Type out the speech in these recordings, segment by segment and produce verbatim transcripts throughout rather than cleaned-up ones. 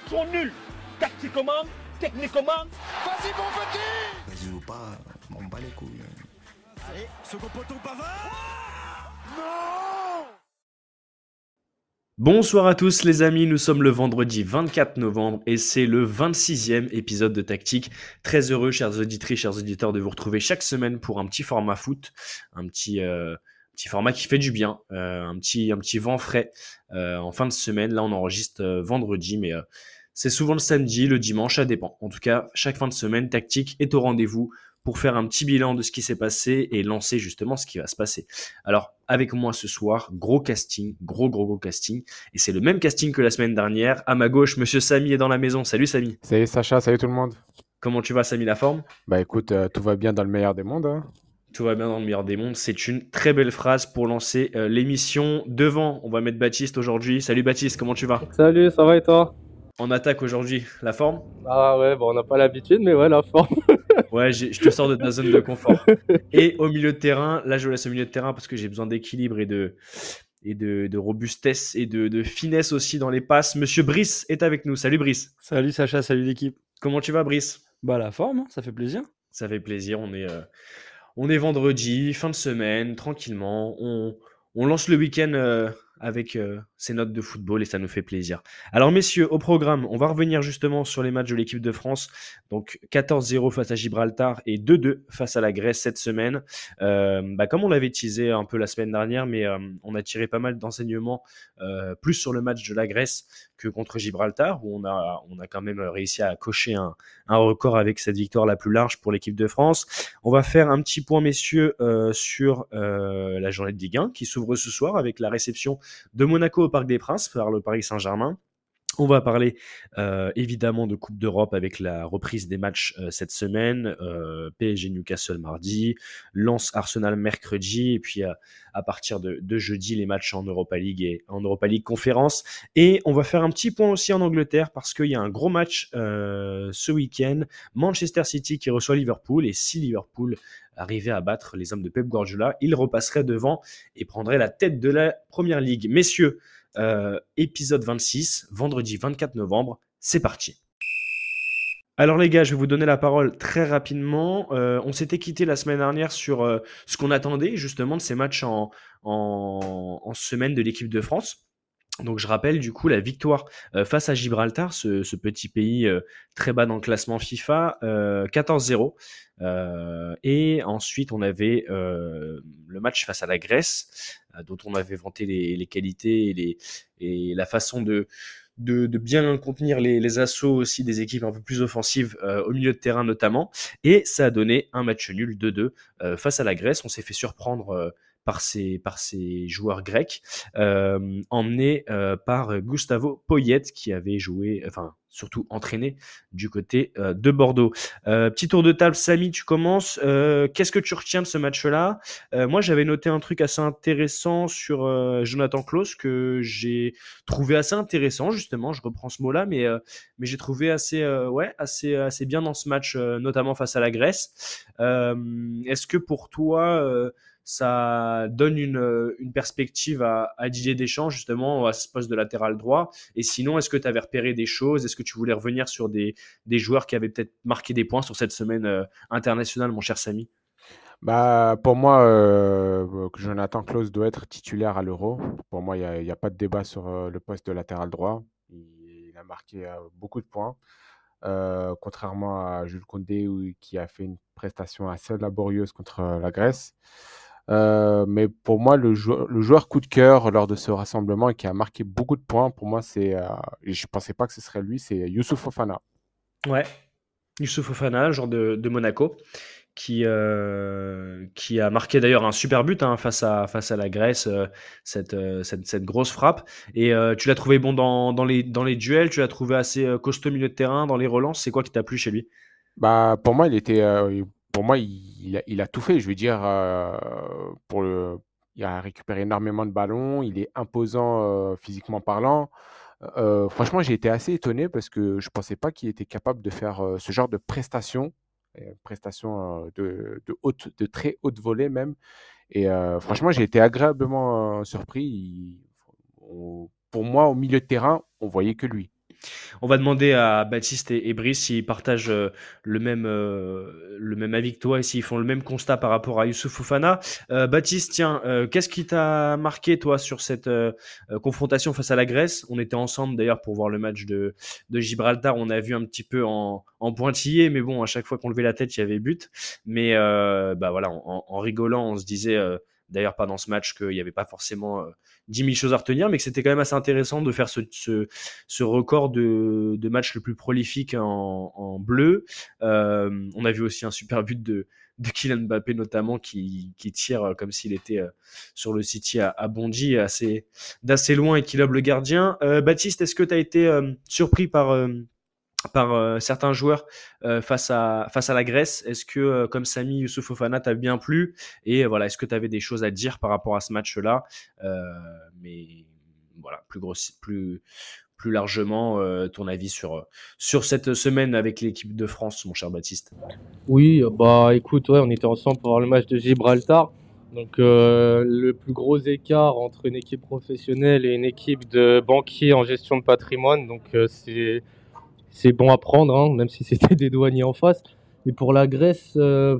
sont nuls. Tactiquement, techniquement. Vas-y mon petit. Vas-y ou pas, on bat les couilles. Allez, second poteau Pavard. Non. Bonsoir à tous les amis, nous sommes le vendredi vingt-quatre novembre et c'est le vingt-sixième épisode de Tactique. Très heureux, chers auditrices, chers auditeurs, de vous retrouver chaque semaine pour un petit format foot, un petit, euh, petit format qui fait du bien, euh, un, petit, un petit vent frais euh, en fin de semaine. Là, on enregistre euh, vendredi, mais euh, c'est souvent le samedi, le dimanche, ça dépend. En tout cas, chaque fin de semaine, Tactique est au rendez-vous pour faire un petit bilan de ce qui s'est passé et lancer justement ce qui va se passer. Alors, avec moi ce soir, gros casting, gros gros gros casting, et c'est le même casting que la semaine dernière. À ma gauche, Monsieur Samy est dans la maison. Salut Samy. Salut Sacha, salut tout le monde. Comment tu vas Samy, la forme ? Bah écoute, euh, tout va bien dans le meilleur des mondes. Hein. Tout va bien dans le meilleur des mondes. C'est une très belle phrase pour lancer euh, l'émission. Devant, on va mettre Baptiste aujourd'hui. Salut Baptiste, comment tu vas ? Salut, ça va et toi ? En attaque aujourd'hui, la forme ? Ah ouais, bon, on n'a pas l'habitude, mais ouais, la forme. Ouais, j'ai, je te sors de ta zone de confort. Et au milieu de terrain, là je laisse au milieu de terrain parce que j'ai besoin d'équilibre et de, et de, de robustesse et de, de finesse aussi dans les passes. Monsieur Brice est avec nous. Salut Brice. Salut Sacha, salut l'équipe. Comment tu vas Brice ? Bah la forme, hein, ça fait plaisir. Ça fait plaisir, on est, euh, on est vendredi, fin de semaine, tranquillement. On, on lance le week-end euh, avec euh, ces notes de football et ça nous fait plaisir. Alors messieurs, au programme, on va revenir justement sur les matchs de l'équipe de France. Donc quatorze zéro face à Gibraltar et deux deux face à la Grèce cette semaine. Euh, bah, comme on l'avait teasé un peu la semaine dernière, mais euh, on a tiré pas mal d'enseignements euh, plus sur le match de la Grèce que contre Gibraltar, où on a, on a quand même réussi à cocher un, un record avec cette victoire la plus large pour l'équipe de France. On va faire un petit point, messieurs, euh, sur euh, la journée de Ligue un qui s'ouvre ce soir avec la réception de Monaco au Parc des Princes par le Paris Saint-Germain. On va parler euh, évidemment de Coupe d'Europe avec la reprise des matchs euh, cette semaine, euh, P S G Newcastle mardi, Lens Arsenal mercredi, et puis euh, à partir de, de jeudi les matchs en Europa League et en Europa League Conférence. Et on va faire un petit point aussi en Angleterre parce qu'il y a un gros match euh, ce week-end, Manchester City qui reçoit Liverpool, et si Liverpool arrivait à battre les hommes de Pep Guardiola, il repasserait devant et prendrait la tête de la Première Ligue. Messieurs, Euh, épisode vingt-six, vendredi vingt-quatre novembre, c'est parti. Alors les gars, je vais vous donner la parole très rapidement. Euh, on s'était quitté la semaine dernière sur euh, ce qu'on attendait justement de ces matchs en, en, en semaine de l'équipe de France. Donc je rappelle du coup la victoire euh, face à Gibraltar, ce, ce petit pays euh, très bas dans le classement FIFA, euh, quatorze zéro. Euh, et ensuite on avait euh, le match face à la Grèce, euh, dont on avait vanté les, les qualités et, les, et la façon de, de, de bien contenir les, les assauts aussi des équipes un peu plus offensives euh, au milieu de terrain notamment. Et ça a donné un match nul deux deux euh, face à la Grèce. On s'est fait surprendre euh, par ces, par ces joueurs grecs, euh, emmenés euh, par Gustavo Poyet, qui avait joué, enfin surtout entraîné du côté euh, de Bordeaux. Euh, petit tour de table, Samy, tu commences. Euh, qu'est-ce que tu retiens de ce match-là ? euh, Moi, j'avais noté un truc assez intéressant sur euh, Jonathan Klaus, que j'ai trouvé assez intéressant, justement, je reprends ce mot-là, mais, euh, mais j'ai trouvé assez, euh, ouais, assez, assez bien dans ce match, euh, notamment face à la Grèce. Euh, est-ce que pour toi... Euh, ça donne une, une perspective à, à Didier Deschamps justement à ce poste de latéral droit? Et sinon, est-ce que tu avais repéré des choses? Est-ce que tu voulais revenir sur des, des joueurs qui avaient peut-être marqué des points sur cette semaine euh, internationale, mon cher Samy? Bah pour moi, euh, que Jonathan Klaus doit être titulaire à l'Euro. Pour moi, il n'y a, il y a pas de débat sur euh, le poste de latéral droit. Il, il a marqué euh, beaucoup de points, euh, contrairement à Jules Koundé où- qui a fait une prestation assez laborieuse contre euh, la Grèce. Euh, mais pour moi, le, jou- le joueur coup de cœur lors de ce rassemblement et qui a marqué beaucoup de points, pour moi, c'est, euh, et je ne pensais pas que ce serait lui, c'est Youssouf Fofana. Ouais, Youssouf Fofana, joueur de, de Monaco, qui, euh, qui a marqué d'ailleurs un super but hein, face, à, face à la Grèce, euh, cette, euh, cette, cette grosse frappe. Et euh, tu l'as trouvé bon dans, dans, les, dans les duels, tu l'as trouvé assez euh, costaud milieu de terrain, dans les relances. C'est quoi qui t'a plu chez lui? Bah, pour moi, il était, euh, pour moi, il, il a, il a tout fait. Je veux dire, euh, pour le, il a récupéré énormément de ballons. Il est imposant euh, physiquement parlant. Euh, franchement, j'ai été assez étonné parce que je pensais pas qu'il était capable de faire euh, ce genre de prestations, euh, prestations euh, de, de haute, de très haute volée même. Et euh, franchement, j'ai été agréablement euh, surpris. Il- on- pour moi, au milieu de terrain, on voyait que lui. On va demander à Baptiste et, et Brice s'ils partagent euh, le, même, euh, le même avis que toi et s'ils font le même constat par rapport à Youssouf Fofana. Euh, Baptiste, tiens, euh, qu'est-ce qui t'a marqué toi sur cette euh, euh, confrontation face à la Grèce? On était ensemble d'ailleurs pour voir le match de, de Gibraltar. On a vu un petit peu en, en pointillé, mais bon, à chaque fois qu'on levait la tête, il y avait but. Mais euh, bah voilà, en, en rigolant, on se disait... Euh, D'ailleurs, pas dans ce match qu'il n'y avait pas forcément euh, dix mille choses à retenir, mais que c'était quand même assez intéressant de faire ce, ce, ce record de, de match le plus prolifique en, en bleu. Euh, on a vu aussi un super but de, de Kylian Mbappé notamment qui, qui tire comme s'il était euh, sur le City à, à Bondy assez, d'assez loin et qui lobe le gardien. Euh, Baptiste, est-ce que tu as été euh, surpris par... Euh, par euh, certains joueurs euh, face à face à la Grèce? Est-ce que euh, comme Samy, Youssouf Fofana t'a bien plu? Et euh, voilà, est-ce que tu avais des choses à dire par rapport à ce match-là? euh, mais voilà, plus gros, plus plus largement euh, ton avis sur sur cette semaine avec l'équipe de France, mon cher Baptiste. Oui, bah écoute, ouais, on était ensemble pour voir le match de Gibraltar. Donc euh, le plus gros écart entre une équipe professionnelle et une équipe de banquiers en gestion de patrimoine. Donc euh, c'est c'est bon à prendre, hein, même si c'était des douaniers en face. Mais pour la Grèce, euh,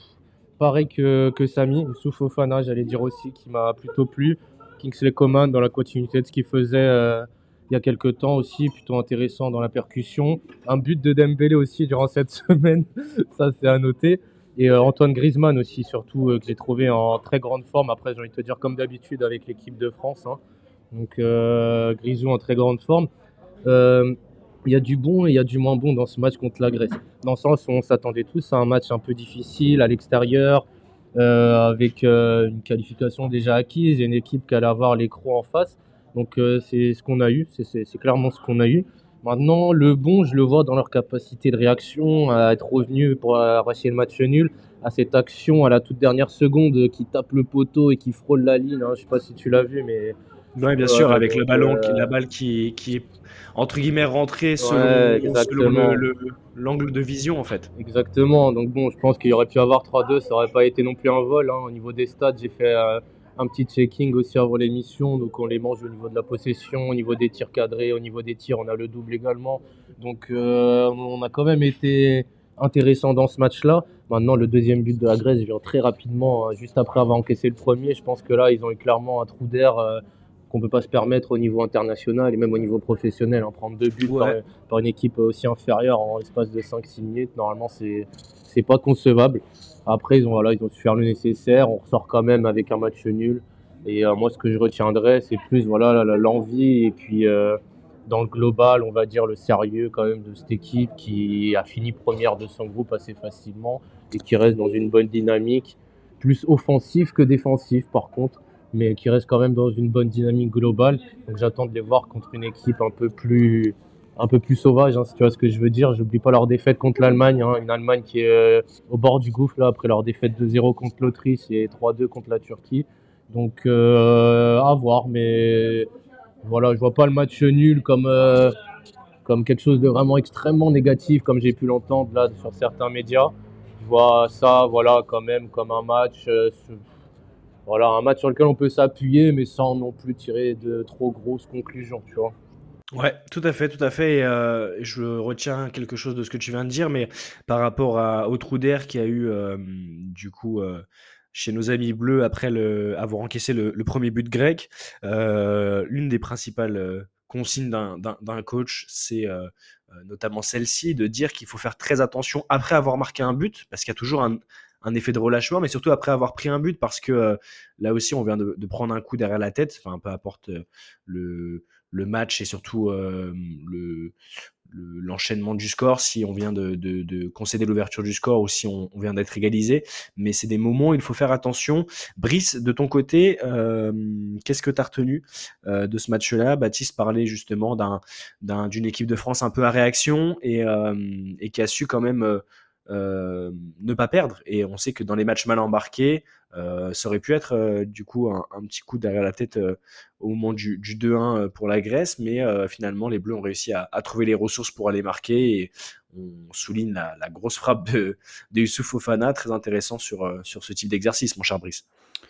pareil que, que Samy, Youssouf Fofana, j'allais dire aussi, qui m'a plutôt plu. Kingsley Coman, dans la continuité de ce qu'il faisait euh, il y a quelques temps aussi, plutôt intéressant dans la percussion. Un but de Dembélé aussi durant cette semaine, ça c'est à noter. Et euh, Antoine Griezmann aussi, surtout, euh, que j'ai trouvé en très grande forme. Après, j'ai envie de te dire, comme d'habitude avec l'équipe de France. Hein. Donc, euh, Grisou en très grande forme. Euh, il y a du bon et il y a du moins bon dans ce match contre la Grèce. Dans le sens où on s'attendait tous à un match un peu difficile à l'extérieur, euh, avec euh, une qualification déjà acquise et une équipe qui allait avoir les crocs en face. Donc euh, c'est ce qu'on a eu, c'est, c'est, c'est clairement ce qu'on a eu. Maintenant, le bon, je le vois dans leur capacité de réaction, à être revenu pour arracher le match nul, à cette action à la toute dernière seconde qui tape le poteau et qui frôle la ligne. Hein. Je ne sais pas si tu l'as vu, mais... Oui, bien sûr, avec le ballon, qui, la balle qui, qui est entre guillemets rentrée selon, Ouais, selon exactement. le, le- l'angle de vision en fait. Exactement. Donc bon, je pense qu'il y aurait pu avoir trois deux, ça aurait pas été non plus un vol. Hein. Au niveau des stats, j'ai fait euh, un petit checking aussi avant l'émission. Donc on les mange au niveau de la possession, au niveau des tirs cadrés, au niveau des tirs, on a le double également. Donc euh, on a quand même été intéressant dans ce match-là. Maintenant, le deuxième but de la Grèce vient très rapidement, hein, juste après avoir encaissé le premier. Je pense que là, ils ont eu clairement un trou d'air. Euh, qu'on peut pas se permettre au niveau international et même au niveau professionnel. Hein. Prendre deux buts Ouais. par, par une équipe aussi inférieure en l'espace de cinq six minutes, normalement, c'est c'est pas concevable. Après, ils ont, voilà, ils ont su faire le nécessaire. On ressort quand même avec un match nul. Et euh, moi, ce que je retiendrai, c'est plus voilà, la- la- l'envie et puis euh, dans le global, on va dire le sérieux quand même de cette équipe qui a fini première de son groupe assez facilement et qui reste dans une bonne dynamique, plus offensive que défensive par contre, mais qui reste quand même dans une bonne dynamique globale. Donc j'attends de les voir contre une équipe un peu plus, un peu plus sauvage, hein, si tu vois ce que je veux dire. J'oublie pas leur défaite contre l'Allemagne, hein, une Allemagne qui est euh, au bord du gouffre là, après leur défaite deux zéro contre l'Autriche et trois deux contre la Turquie. Donc euh, à voir, mais voilà, je vois pas le match nul comme, euh, comme quelque chose de vraiment extrêmement négatif, comme j'ai pu l'entendre là sur certains médias. Je vois ça, voilà, quand même comme un match. Euh, sur- voilà, un match sur lequel on peut s'appuyer, mais sans non plus tirer de trop grosses conclusions, tu vois. Ouais, tout à fait, tout à fait. Et, euh, je retiens quelque chose de ce que tu viens de dire, mais par rapport à, au trou d'air qu'il y a eu euh, du coup euh, chez nos amis bleus après le, avoir encaissé le, le premier but grec, euh, l'une des principales euh, consignes d'un, d'un, d'un coach, c'est euh, euh, notamment celle-ci, de dire qu'il faut faire très attention après avoir marqué un but, parce qu'il y a toujours un, un effet de relâchement, mais surtout après avoir pris un but, parce que euh, là aussi on vient de, de prendre un coup derrière la tête, enfin peu importe euh, le le match et surtout euh, le, le- l'enchaînement du score, si on vient de, de- de concéder l'ouverture du score ou si on, on vient d'être égalisé. Mais c'est des moments où il faut faire attention. Brice, de ton côté, euh, qu'est-ce que tu as retenu euh, de ce match-là? Baptiste parlait justement d'un, d'un- d'une équipe de France un peu à réaction et, euh, et qui a su quand même euh, euh, ne pas perdre. Et on sait que dans les matchs mal embarqués, euh, ça aurait pu être euh, du coup un, un petit coup derrière la tête euh, au moment du, du deux un euh, pour la Grèce, mais euh, finalement les Bleus ont réussi à, à trouver les ressources pour aller marquer et on souligne la, la grosse frappe de, de Youssouf Fofana, très intéressant sur, euh, sur ce type d'exercice, mon cher Brice.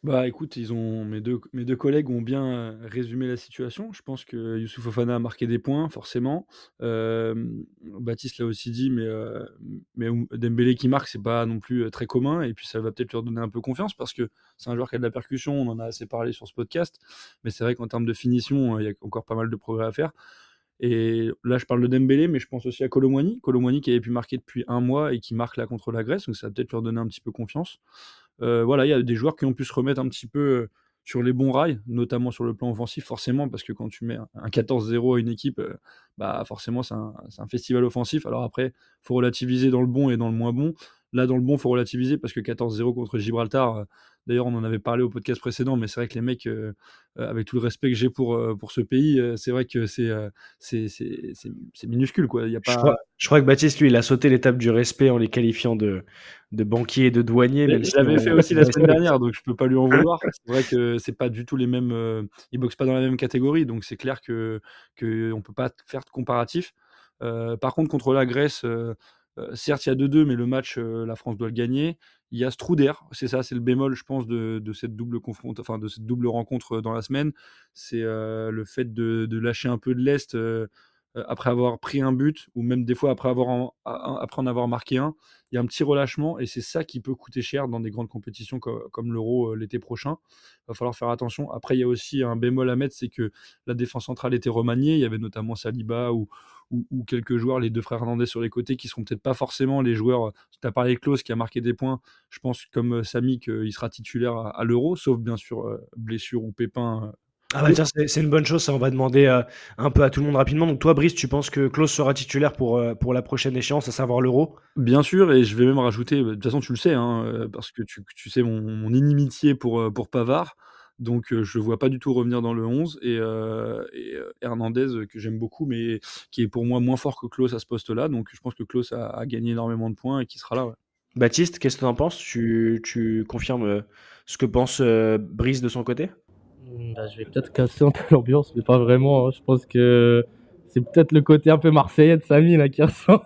Bah écoute, ils ont mes deux, mes deux collègues ont bien euh, résumé la situation. Je pense que Youssouf Fofana a marqué des points, forcément. Euh, Baptiste l'a aussi dit, mais, euh, mais Dembélé qui marque, c'est pas non plus euh, très commun. Et puis ça va peut-être leur donner un peu confiance parce que c'est un joueur qui a de la percussion. On en a assez parlé sur ce podcast. Mais c'est vrai qu'en termes de finition, euh, il y a encore pas mal de progrès à faire. Et là, je parle de Dembélé, mais je pense aussi à Kolo Muani. Kolo Muani qui avait pu marquer depuis un mois et qui marque là contre la Grèce. Donc ça va peut-être leur donner un petit peu confiance. Euh, voilà, il y a des joueurs qui ont pu se remettre un petit peu euh, sur les bons rails, notamment sur le plan offensif, forcément, parce que quand tu mets un- un quatorze zéro à une équipe, euh, bah forcément c'est un, c'est un festival offensif. Alors après, faut relativiser dans le bon et dans le moins bon. Là, dans le bon, faut relativiser parce que quatorze zéro contre Gibraltar, euh, d'ailleurs, on en avait parlé au podcast précédent, mais c'est vrai que les mecs, euh, euh, avec tout le respect que j'ai pour, euh, pour ce pays, euh, c'est vrai que c'est euh, c'est c'est- c'est- c'est minuscule, quoi. Il y a Je pas. crois, je crois que Baptiste, lui, il a sauté l'étape du respect en les qualifiant de, de banquiers et de douaniers, Mais même je si l'avais on, fait aussi on la semaine respecte. dernière, donc je peux pas lui en vouloir. C'est vrai que c'est pas du tout les mêmes. Euh, ils boxent pas dans la même catégorie, donc c'est clair que que on peut pas faire de comparatif. Euh, par contre, contre la Grèce, euh, euh, certes il y a deux deux, mais le match, euh, la France doit le gagner. Il y a ce trou d'air, c'est ça, c'est le bémol, je pense, de, de cette double confront- enfin de cette double rencontre dans la semaine. C'est euh, le fait de, de lâcher un peu de lest euh, euh, après avoir pris un but, ou même des fois après avoir en, a- après en avoir marqué un. Il y a un petit relâchement et c'est ça qui peut coûter cher dans des grandes compétitions co- comme l'Euro euh, l'été prochain. Il va falloir faire attention. Après, il y a aussi un bémol à mettre, c'est que la défense centrale était remaniée. Il y avait notamment Saliba ou, ou, ou quelques joueurs, les deux frères Hernandez sur les côtés, qui seront peut-être pas forcément les joueurs. Tu as parlé de Klose qui a marqué des points. Je pense, comme euh, Samy, qu'il sera titulaire à, à l'Euro, sauf bien sûr euh, blessure ou pépin. euh, Ah bah tiens, c'est c'est une bonne chose, ça on va demander euh, un peu à tout le monde rapidement. Donc toi, Brice, tu penses que Klose sera titulaire pour, euh, pour la prochaine échéance, à savoir l'Euro? Bien sûr, et je vais même rajouter, bah, de toute façon tu le sais, hein, heu, parce que tu tu sais mon mon inimitié pour, heu, pour Pavard, donc heu, je le vois pas du tout revenir dans le onze et heu et heu, Hernandez, heu, que j'aime beaucoup, mais qui est pour moi moins fort que Klose à ce poste-là, donc je pense que Klose a a gagné énormément de points et qu'il sera là, ouais. Baptiste, qu'est-ce que tu en penses? Tu, tu confirmes euh, ce que pense euh, Brice de son côté? Hmm, bah, je vais peut-être casser un peu l'ambiance, mais pas vraiment, hein. Je pense que c'est peut-être le côté un peu marseillais de Samy là qui ressort.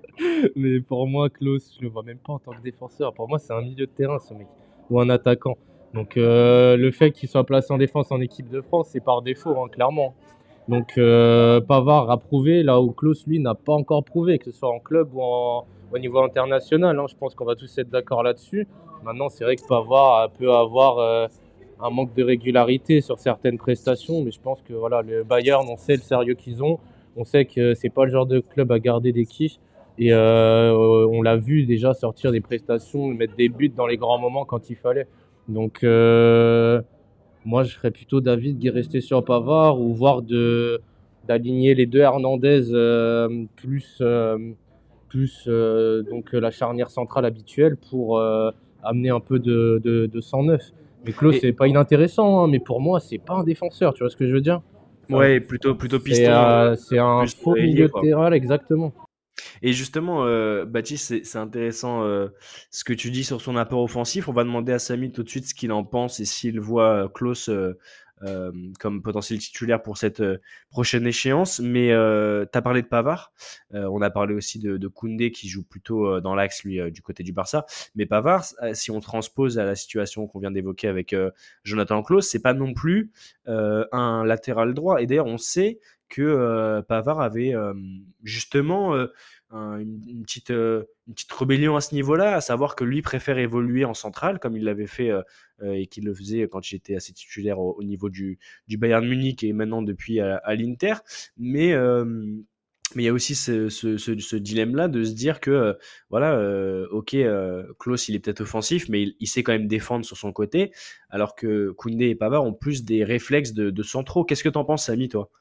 Mais pour moi, Klose, je le vois même pas en tant que défenseur. Pour moi, c'est un milieu de terrain, ce mec, ou un attaquant. Donc euh, le fait qu'il soit placé en défense en équipe de France, c'est par défaut, hein, clairement. Donc euh, Pavard a prouvé là où Klose, lui, n'a pas encore prouvé, que ce soit en club ou en- au niveau international, hein. Je pense qu'on va tous être d'accord là-dessus. Maintenant, c'est vrai que Pavard peut avoir euh, un manque de régularité sur certaines prestations, mais je pense que voilà, le Bayern, on sait le sérieux qu'ils ont. On sait que c'est pas le genre de club à garder des quiches. Et euh, on l'a vu déjà sortir des prestations, mettre des buts dans les grands moments quand il fallait. Donc euh, moi, je serais plutôt David qui restait sur Pavard ou voir de d'aligner les deux Hernandez euh, plus euh, plus euh, donc la charnière centrale habituelle pour euh, amener un peu de, de, de sang neuf. Mais Klose, Et c'est pas inintéressant, hein, mais pour moi, c'est pas un défenseur. Tu vois ce que je veux dire? Enfin, ouais, plutôt, plutôt c'est piston, euh, euh, c'est un plus faux euh, ailier, milieu de quoi. terrain, exactement. Et justement, euh, Baptiste, c'est c'est intéressant euh, ce que tu dis sur son apport offensif. On va demander à Samy tout de suite ce qu'il en pense et s'il voit euh, Klose euh, euh, comme potentiel titulaire pour cette euh, prochaine échéance. Mais euh, tu as parlé de Pavard. Euh, on a parlé aussi de, de Koundé qui joue plutôt euh, dans l'axe, lui, euh, du côté du Barça. Mais Pavard, euh, si on transpose à la situation qu'on vient d'évoquer avec euh, Jonathan Klose, c'est pas non plus euh, un latéral droit. Et d'ailleurs, on sait que euh, Pavard avait euh, justement euh, un- une, une petite, euh, une petite rébellion à ce niveau-là, à savoir que lui préfère évoluer en centrale, comme il l'avait fait euh, euh, et qu'il le faisait quand j'étais assez titulaire au, au niveau du, du Bayern Munich et maintenant depuis à, à l'Inter. Mais euh, mais il y a aussi ce, ce, ce, ce dilemme-là de se dire que, euh, voilà, euh, ok, euh, Klose, il est peut-être offensif, mais il, il sait quand même défendre sur son côté, alors que Koundé et Pavard ont plus des réflexes de, de centraux. Qu'est-ce que t'en penses, Samy, toi?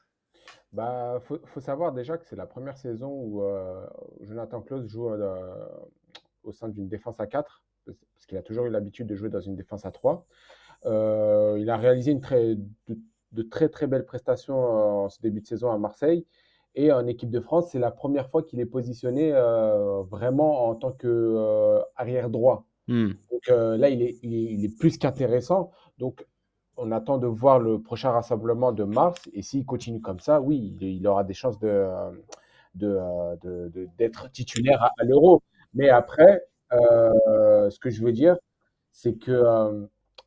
Bah, faut, faut savoir déjà que c'est la première saison où euh, Jonathan Klose joue euh, au sein d'une défense à quatre, parce qu'il a toujours eu l'habitude de jouer dans une défense à trois. Euh, il a réalisé une très, de, de très très belles prestations euh, en ce début de saison à Marseille. Et en équipe de France, c'est la première fois qu'il est positionné euh, vraiment en tant que euh, arrière droit. Hmm. Donc euh, là, il est, il est, il est plus qu'intéressant. Donc on attend de voir le prochain rassemblement de mars. Et s'il continue comme ça, oui, il, il aura des chances de, euh, de, euh, de- de- d'être titulaire à, à l'Euro. Mais après, euh, ce que je veux dire, c'est que euh,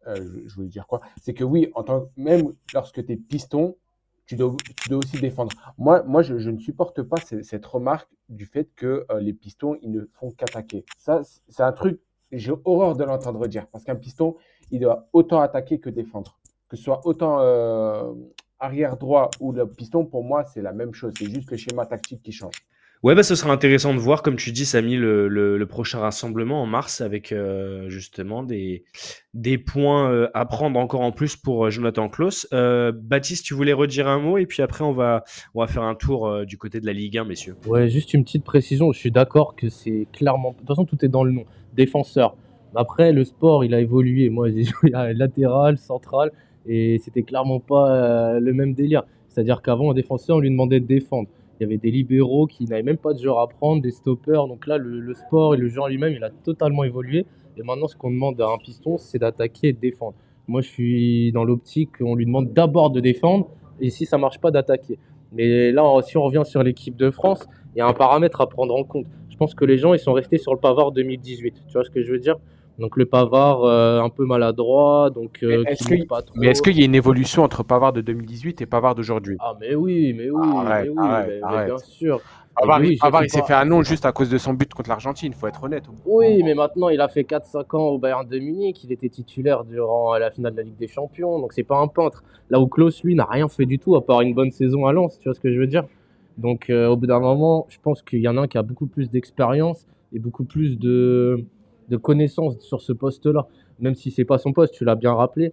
euh, je, je voulais dire quoi? C'est que oui, en tant, même lorsque tu es piston, tu dois, tu dois aussi défendre. Moi, moi je, je ne supporte pas ces- cette remarque du fait que euh, les pistons, ils ne font qu'attaquer. Ça, c- c'est un truc, j'ai horreur de l'entendre dire. Parce qu'un piston, il doit autant attaquer que défendre. Que ce soit autant euh, arrière droit ou le piston, pour moi, c'est la même chose. C'est juste le schéma tactique qui change. Ouais, bah, ce sera intéressant de voir, comme tu dis, Samy, le, le, le prochain rassemblement en mars avec euh, justement des, des points euh, à prendre encore en plus pour euh, Jonathan Klaus. Euh, Baptiste, tu voulais redire un mot et puis après on va, on va faire un tour euh, du côté de la Ligue un, messieurs. Ouais, juste une petite précision. Je suis d'accord que c'est clairement. De toute façon, tout est dans le nom. Défenseur. Après, le sport, il a évolué. Moi, j'ai joué à latéral, central, et c'était clairement pas euh, le même délire. C'est-à-dire qu'avant, un défenseur, on lui demandait de défendre. Il y avait des libéraux qui n'avaient même pas de joueurs à prendre, des stoppers. Donc là, le, le sport et le jeu en lui-même, il a totalement évolué. Et maintenant, ce qu'on demande à un piston, c'est d'attaquer et de défendre. Moi, je suis dans l'optique qu'on lui demande d'abord de défendre, et si ça marche pas, d'attaquer. Mais là, si on revient sur l'équipe de France, il y a un paramètre à prendre en compte. Je pense que les gens ils sont restés sur le Pavard deux mille dix-huit. Tu vois ce que je veux dire? Donc le Pavard euh, un peu maladroit, donc Mais euh, est-ce qui que, monte pas trop. mais est-ce qu'il y a une évolution entre Pavard de deux mille dix-huit et Pavard d'aujourd'hui? Ah mais oui, mais oui, Arrête, mais oui, arrête, mais, mais arrête. bien sûr. Mais Pavard, il- oui, je Pavard, sais il s'est pas. fait un nom juste à cause de son but contre l'Argentine, il faut être honnête. Oui, mais maintenant il a fait quatre cinq ans au Bayern de Munich, il était titulaire durant la finale de la Ligue des Champions, donc c'est pas un peintre. Là où Klaus lui n'a rien fait du tout à part une bonne saison à Lens, tu vois ce que je veux dire? Donc euh, au bout d'un moment, je pense qu'il y en a un qui a beaucoup plus d'expérience et beaucoup plus de, de connaissances sur ce poste-là. Même si c'est pas son poste, tu l'as bien rappelé.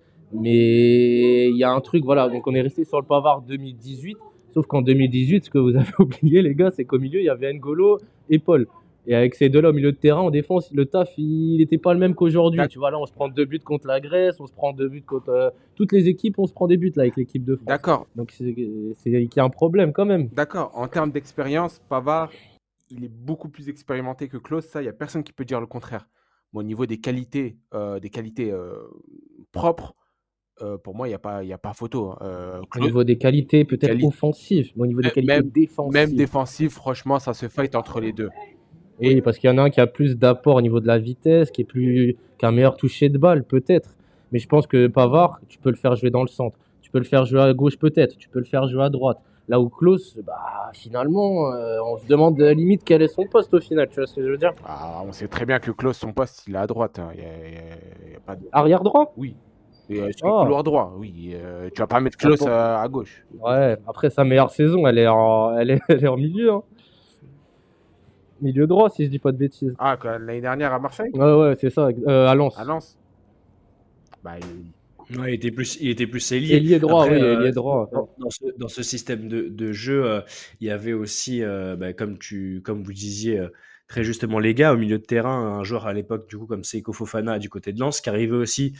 Mais il y a un truc, voilà, donc on est resté sur le Pavard deux mille dix-huit, sauf qu'en deux mille dix-huit, ce que vous avez oublié les gars, c'est qu'au milieu, il y avait N'Golo et Paul. Et avec ces deux-là au milieu de terrain, en défense, le taf, il n'était pas le même qu'aujourd'hui. D'ac- Tu vois, là, on se prend deux buts contre la Grèce, on se prend deux buts contre euh, toutes les équipes, on se prend des buts là avec l'équipe de France. D'accord, Donc c'est c'est qu'il y a un problème quand même. d'accord. En termes d'expérience, Pavard, il est beaucoup plus expérimenté que Klose. Ça, il n'y a personne qui peut dire le contraire. Mais au niveau des qualités, euh, des qualités euh, propres, euh, pour moi, il n'y a pas, il y a pas photo. hein. Euh, Au Klose, niveau des qualités, peut-être quali- offensives, mais au niveau des même, qualités même, même défensives. défensif, franchement, ça se fight entre les deux. Oui, parce qu'il y en a un qui a plus d'apport au niveau de la vitesse, qui est plus, qui a un meilleur toucher de balle, peut-être. Mais je pense que Pavard, tu peux le faire jouer dans le centre. Tu peux le faire jouer à gauche, peut-être. Tu peux le faire jouer à droite. Là où Klose, bah, finalement, euh, on se demande à la limite quel est son poste au final. Tu vois ce que je veux dire? Ah, on sait très bien que Klose, son poste, il est à droite. hein. Il y a, il y a- il y a pas de... Arrière droit? Oui. Et, euh, sur le Ah, couloir droit, oui. Euh, tu vas pas mettre ah Klose bon. euh, à gauche. Ouais, après sa meilleure saison, elle est en, elle est, elle est en milieu. Hein. Milieu droit, si je dis pas de bêtises. Ah, quand- l'année dernière à Marseille, Ouais, ouais, c'est ça. Euh, à Lens. à Lens. Bah, il- Ouais, il était plus, il était plus ailier. Ailier droit, Après, oui, euh, ailier droit. dans, dans ce, dans ce système de, de jeu, euh, il y avait aussi, euh, bah, comme tu, comme vous disiez euh, très justement les gars, au milieu de terrain, un joueur à l'époque du coup comme Seko Fofana du côté de Lens, qui arrivait aussi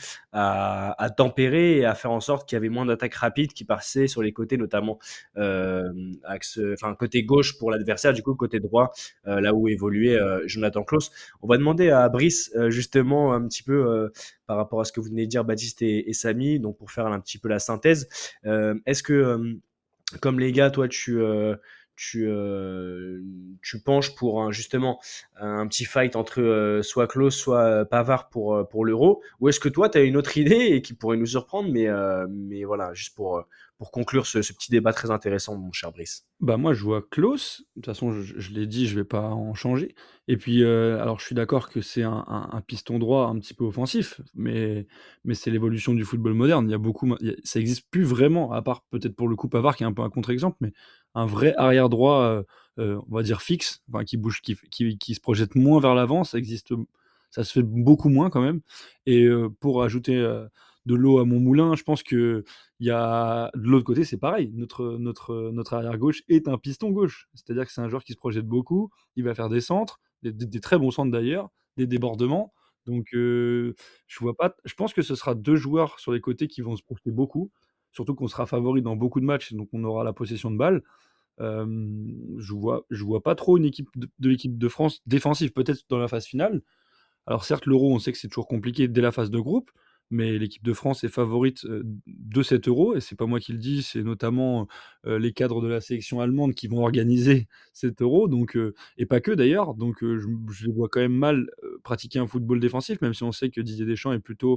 à, à tempérer et à faire en sorte qu'il y avait moins d'attaques rapides qui passaient sur les côtés, notamment euh, axe, enfin côté gauche pour l'adversaire, du coup côté droit, euh, là où évoluait euh, Jonathan Klaus. On va demander à Brice euh, justement un petit peu. Euh, par rapport à ce que vous venez de dire, Baptiste et, et Samy, donc pour faire un petit peu la synthèse, euh, est-ce que, euh, comme les gars, toi, tu, euh, tu, euh, tu penches pour un, justement un petit fight entre euh, soit Klose, soit euh, Pavard pour, euh, pour l'Euro, ou est-ce que toi, tu as une autre idée et qui pourrait nous surprendre, mais, euh, mais voilà, juste pour, euh, pour conclure ce, ce petit débat très intéressant, mon cher Brice. Bah moi je vois Klose, de toute façon je, je l'ai dit, je vais pas en changer. Et puis euh, alors je suis d'accord que c'est un, un- un piston droit un petit peu offensif, mais, mais c'est l'évolution du football moderne. Il y a beaucoup, il y a- ça existe plus vraiment, à part peut-être pour le coup Pavard qui est un peu un contre-exemple, mais un vrai arrière droit, euh, euh, on va dire fixe, enfin, qui bouge, qui, qui, qui se projette moins vers l'avant, ça existe, ça se fait beaucoup moins quand même. Et euh, pour ajouter euh, de l'eau à mon moulin, je pense que il y a de l'autre côté, c'est pareil. Notre, notre, notre arrière gauche est un piston gauche. C'est-à-dire que c'est un joueur qui se projette beaucoup. Il va faire des centres, des, des- des très bons centres d'ailleurs, des débordements. Donc, euh, je vois pas. Je pense que ce sera deux joueurs sur les côtés qui vont se projeter beaucoup. Surtout qu'on sera favori dans beaucoup de matchs, donc on aura la possession de balle. Euh, je vois, je vois pas trop une équipe de, de l'équipe de France défensive, peut-être dans la phase finale. Alors certes, l'Euro, on sait que c'est toujours compliqué dès la phase de groupe, mais l'équipe de France est favorite euh, de cet Euro, et c'est pas moi qui le dis, c'est notamment euh, les cadres de la sélection allemande qui vont organiser cet Euro, donc, euh, et pas que d'ailleurs, donc euh, je, je les vois quand même mal euh, pratiquer un football défensif, même si on sait que Didier Deschamps est plutôt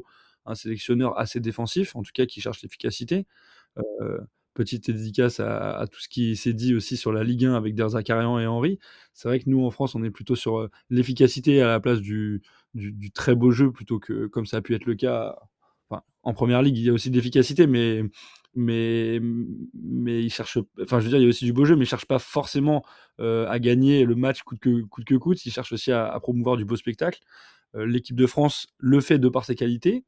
un sélectionneur assez défensif, en tout cas qui cherche l'efficacité. Euh, Petite dédicace à, à tout ce qui s'est dit aussi sur la Ligue un avec Der Zakarian et Henry. C'est vrai que nous, en France, on est plutôt sur euh, l'efficacité à la place du, du, du très beau jeu, plutôt que comme ça a pu être le cas. Enfin, en première ligue, il y a aussi de l'efficacité, mais, mais, mais ils cherchent. Enfin, je veux dire, il y a aussi du beau jeu, mais ils cherchent pas forcément euh, à gagner le match coûte que coûte. Que coûte. Ils cherchent aussi à, à promouvoir du beau spectacle. Euh, l'équipe de France le fait de par ses qualités.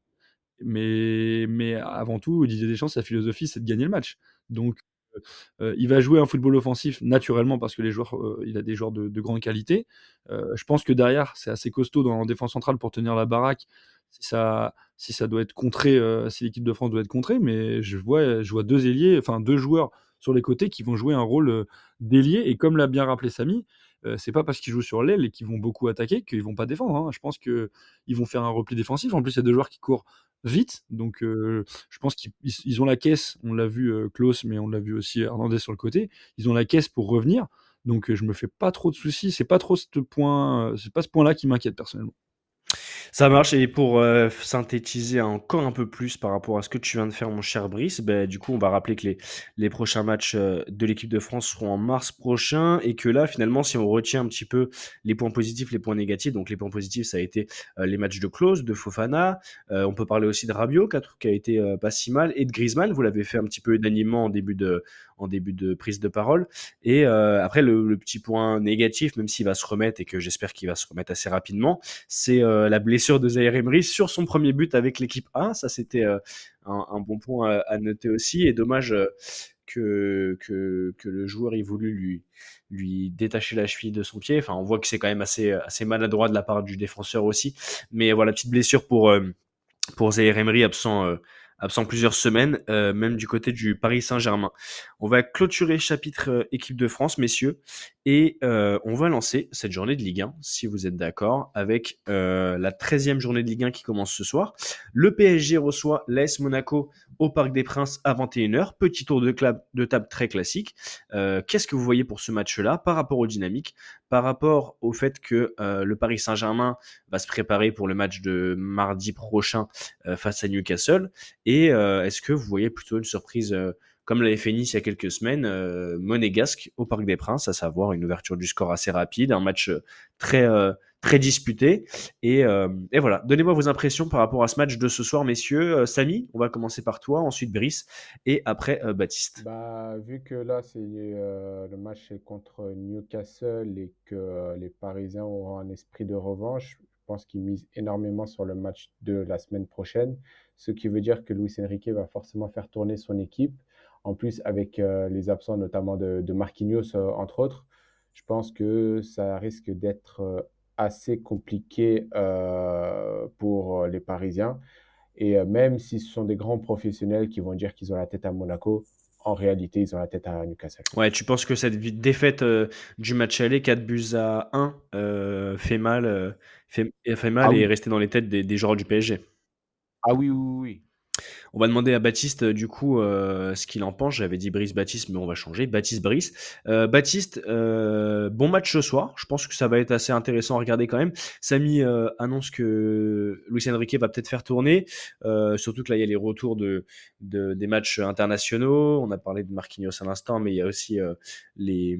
Mais, mais avant tout, Didier Deschamps, sa philosophie, c'est de gagner le match. Donc, euh, il va jouer un football offensif naturellement parce que les joueurs, euh, il a des joueurs de, de grande qualité. Euh, je pense que derrière, c'est assez costaud dans la défense centrale pour tenir la baraque. Si ça, si ça doit être contré, euh, si l'équipe de France doit être contrée, mais je vois, je vois deux ailiers, enfin deux joueurs sur les côtés qui vont jouer un rôle euh, d'ailier. Et comme l'a bien rappelé Samy, euh, c'est pas parce qu'ils jouent sur l'aile et qu'ils vont beaucoup attaquer qu'ils vont pas défendre. Hein. Je pense que ils vont faire un repli défensif. En plus, il y a deux joueurs qui courent vite, donc euh, je pense qu'ils ils ont la caisse. On l'a vu euh, Klose, mais on l'a vu aussi Hernandez sur le côté. Ils ont la caisse pour revenir. Donc euh, je me fais pas trop de soucis. C'est pas trop ce point, euh, c'est pas ce point-là qui m'inquiète personnellement. Ça marche. Et pour euh, synthétiser encore un peu plus par rapport à ce que tu viens de faire, mon cher Brice, ben, du coup, on va rappeler que les, les prochains matchs euh, de l'équipe de France seront en mars prochain et que là, finalement, si on retient un petit peu les points positifs, les points négatifs, donc les points positifs, ça a été euh, les matchs de Klose, de Fofana, euh, on peut parler aussi de Rabiot, qui a, qui a été euh, pas si mal, et de Griezmann, vous l'avez fait un petit peu unanimement en début de, en début de prise de parole. Et euh, après, le, le petit point négatif, même s'il va se remettre et que j'espère qu'il va se remettre assez rapidement, c'est euh, la blessure de Zaïre Emery sur son premier but avec l'équipe A. Ça, c'était euh, un, un bon point à, à noter aussi. Et dommage euh, que, que, que le joueur ait voulu lui, lui détacher la cheville de son pied. Enfin, on voit que c'est quand même assez, assez maladroit de la part du défenseur aussi. Mais voilà, petite blessure pour, euh, pour Zaïre Emery, absent... Euh, absent plusieurs semaines, euh, même du côté du Paris Saint-Germain. On va clôturer le chapitre euh, équipe de France, messieurs, et euh, on va lancer cette journée de Ligue un, si vous êtes d'accord, avec euh, la treizième journée de Ligue un qui commence ce soir. Le P S G reçoit l'A S Monaco au Parc des Princes à vingt et une heures. Petit tour de, club, de table très classique. Euh, qu'est-ce que vous voyez pour ce match-là par rapport aux dynamiques, par rapport au fait que euh, le Paris Saint-Germain va se préparer pour le match de mardi prochain euh, face à Newcastle? Et euh, est-ce que vous voyez plutôt une surprise, euh, comme l'avait fait Nice il y a quelques semaines, euh, monégasque au Parc des Princes, à savoir une ouverture du score assez rapide, un match très, euh, très disputé. Et, euh, et voilà, donnez-moi vos impressions par rapport à ce match de ce soir, messieurs. Euh, Samy, on va commencer par toi, ensuite Brice, et après euh, Baptiste. Bah, vu que là, c'est euh, le match est contre Newcastle et que euh, les Parisiens auront un esprit de revanche, je pense qu'ils misent énormément sur le match de la semaine prochaine, ce qui veut dire que Luis Enrique va forcément faire tourner son équipe. En plus, avec euh, les absents notamment de, de Marquinhos, euh, entre autres, je pense que ça risque d'être euh, assez compliqué euh, pour euh, les Parisiens. Et euh, même si ce sont des grands professionnels qui vont dire qu'ils ont la tête à Monaco, en réalité, ils ont la tête à Newcastle. Ouais, tu penses que cette défaite euh, du match aller, quatre buts à un, euh, fait mal, euh, fait, fait mal Ah et est oui, resté dans les têtes des, des joueurs du P S G? ah oui, oui, oui. On va demander à Baptiste, euh, du coup, euh, ce qu'il en pense. J'avais dit Brice Baptiste, mais on va changer. Baptiste Brice. Euh, Baptiste, euh, bon match ce soir. Je pense que ça va être assez intéressant à regarder quand même. Samy euh, annonce que Luis Enrique va peut-être faire tourner. Euh, surtout que là, il y a les retours de, de, des matchs internationaux. On a parlé de Marquinhos à l'instant, mais il y a aussi euh, les...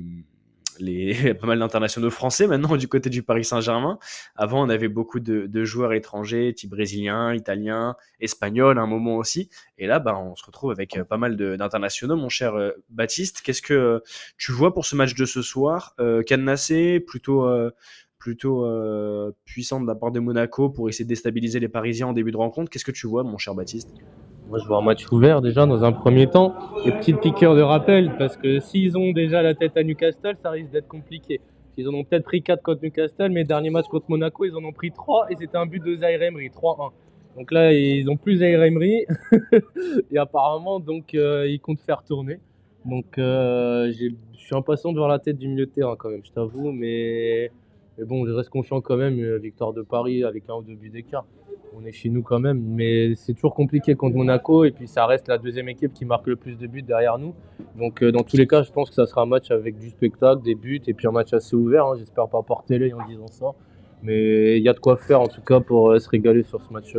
Les, pas mal d'internationaux français maintenant du côté du Paris Saint-Germain. Avant, on avait beaucoup de, de joueurs étrangers, type brésilien, italien, espagnol à un moment aussi. Et là, bah, on se retrouve avec pas mal de, d'internationaux. Mon cher euh, Baptiste, qu'est-ce que euh, tu vois pour ce match de ce soir? euh, Cadenassé, plutôt, euh, plutôt euh, puissant de la part de Monaco pour essayer de déstabiliser les Parisiens en début de rencontre. Qu'est-ce que tu vois, mon cher Baptiste? Moi, je vois un match ouvert déjà dans un premier temps. Et petite piqûre de rappel, parce que s'ils ont déjà la tête à Newcastle, ça risque d'être compliqué. Ils en ont peut-être pris quatre contre Newcastle, mais dernier match contre Monaco, ils en ont pris trois et c'était un but de Zaïre Emery, trois un. Donc là, ils ont plus Zaïre Emery et apparemment, donc, euh, ils comptent faire tourner. Donc, euh, j'ai- je suis impatient de voir la tête du milieu de terrain quand même, je t'avoue, mais... mais bon, je reste confiant quand même. euh, Victoire de Paris avec un ou deux buts d'écart. On est chez nous quand même, mais c'est toujours compliqué contre Monaco et puis ça reste la deuxième équipe qui marque le plus de buts derrière nous. Donc euh, dans tous les cas, je pense que ça sera un match avec du spectacle, des buts et puis un match assez ouvert. Hein. J'espère pas porter l'œil en disant ça, mais il y a de quoi faire en tout cas pour euh, se régaler sur ce match-là.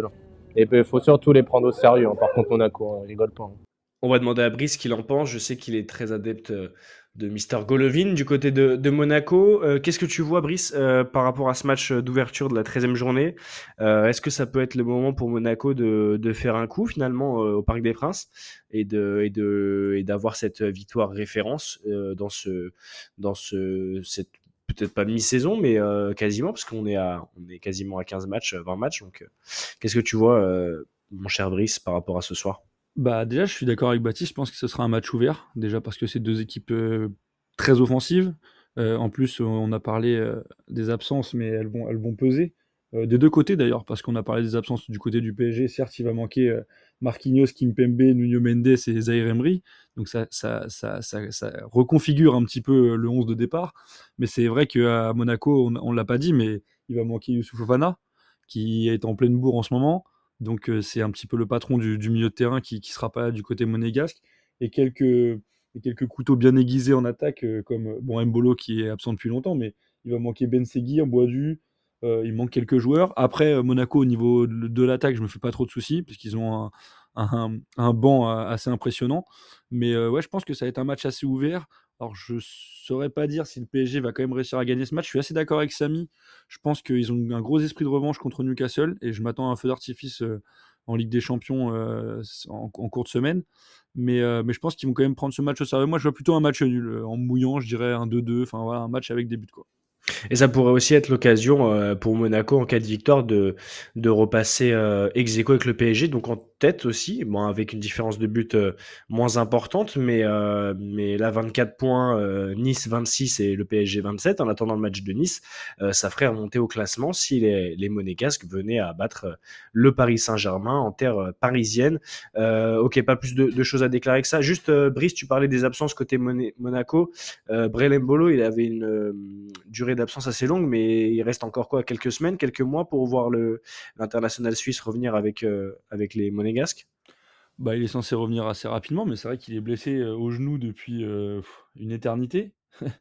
Et il faut surtout les prendre au sérieux. Hein. Par contre, Monaco, on rigole pas. Hein. On va demander à Brice ce qu'il en pense. Je sais qu'il est très adepte euh, de Mister Golovin du côté de, de Monaco. Euh, qu'est-ce que tu vois, Brice, euh, par rapport à ce match d'ouverture de la treizième journée? Euh, Est-ce que ça peut être le moment pour Monaco de, de faire un coup finalement euh, au Parc des Princes et de et de et d'avoir cette victoire référence euh, dans ce dans ce cette peut-être pas mi-saison, mais euh, quasiment, parce qu'on est à on est quasiment à quinze matchs, vingt matchs. Donc, euh, qu'est-ce que tu vois, euh, mon cher Brice, par rapport à ce soir? Bah, déjà, je suis d'accord avec Baptiste. Je pense que ce sera un match ouvert. Déjà parce que c'est deux équipes euh, très offensives. Euh, en plus, on a parlé euh, des absences, mais elles vont, elles vont peser. Euh, des deux côtés d'ailleurs, parce qu'on a parlé des absences du côté du P S G. Certes, il va manquer euh, Marquinhos, Kimpembe, Nuno Mendes et Zaïre Emery. Donc ça, ça, ça, ça, ça reconfigure un petit peu le onze de départ. Mais c'est vrai qu'à Monaco, on ne l'a pas dit, mais il va manquer Youssouf Fofana, qui est en pleine bourre en ce moment. Donc euh, c'est un petit peu le patron du, du milieu de terrain qui ne sera pas là du côté monégasque. Et quelques, et quelques couteaux bien aiguisés en attaque, euh, comme bon, Mbolo qui est absent depuis longtemps, mais il va manquer Ben Segui, Boadu, euh, il manque quelques joueurs. Après, euh, Monaco, au niveau de, de l'attaque, je ne me fais pas trop de soucis, parce qu'ils ont un, un, un banc assez impressionnant. Mais euh, ouais, je pense que ça va être un match assez ouvert. Alors, je ne saurais pas dire si le P S G va quand même réussir à gagner ce match. Je suis assez d'accord avec Samy. Je pense qu'ils ont un gros esprit de revanche contre Newcastle et je m'attends à un feu d'artifice euh, en Ligue des Champions euh, en, en cours de semaine. Mais, euh, mais je pense qu'ils vont quand même prendre ce match au sérieux. Moi, je vois plutôt un match nul. euh, En mouillant, je dirais un deux deux. Enfin, voilà, un match avec des buts, quoi. Et ça pourrait aussi être l'occasion euh, pour Monaco, en cas de victoire, de, de repasser euh, ex aequo avec le P S G, donc en tête aussi, bon, avec une différence de but euh, moins importante, mais, euh, mais là, vingt-quatre points, euh, Nice vingt-six et le P S G vingt-sept, en attendant le match de Nice, euh, ça ferait remonter au classement si les, les Monégasques venaient à battre euh, le Paris Saint-Germain en terre euh, parisienne. Euh, ok, pas plus de, de choses à déclarer que ça. Juste, euh, Brice, tu parlais des absences côté Moné- Monaco. Euh, Brel Mbolo, il avait une euh, durée d'absence assez longue, mais il reste encore quoi, quelques semaines, quelques mois pour voir le, l'international suisse revenir avec, euh, avec les Monégasques. Bah, il est censé revenir assez rapidement, mais c'est vrai qu'il est blessé euh, au genou depuis euh, une éternité.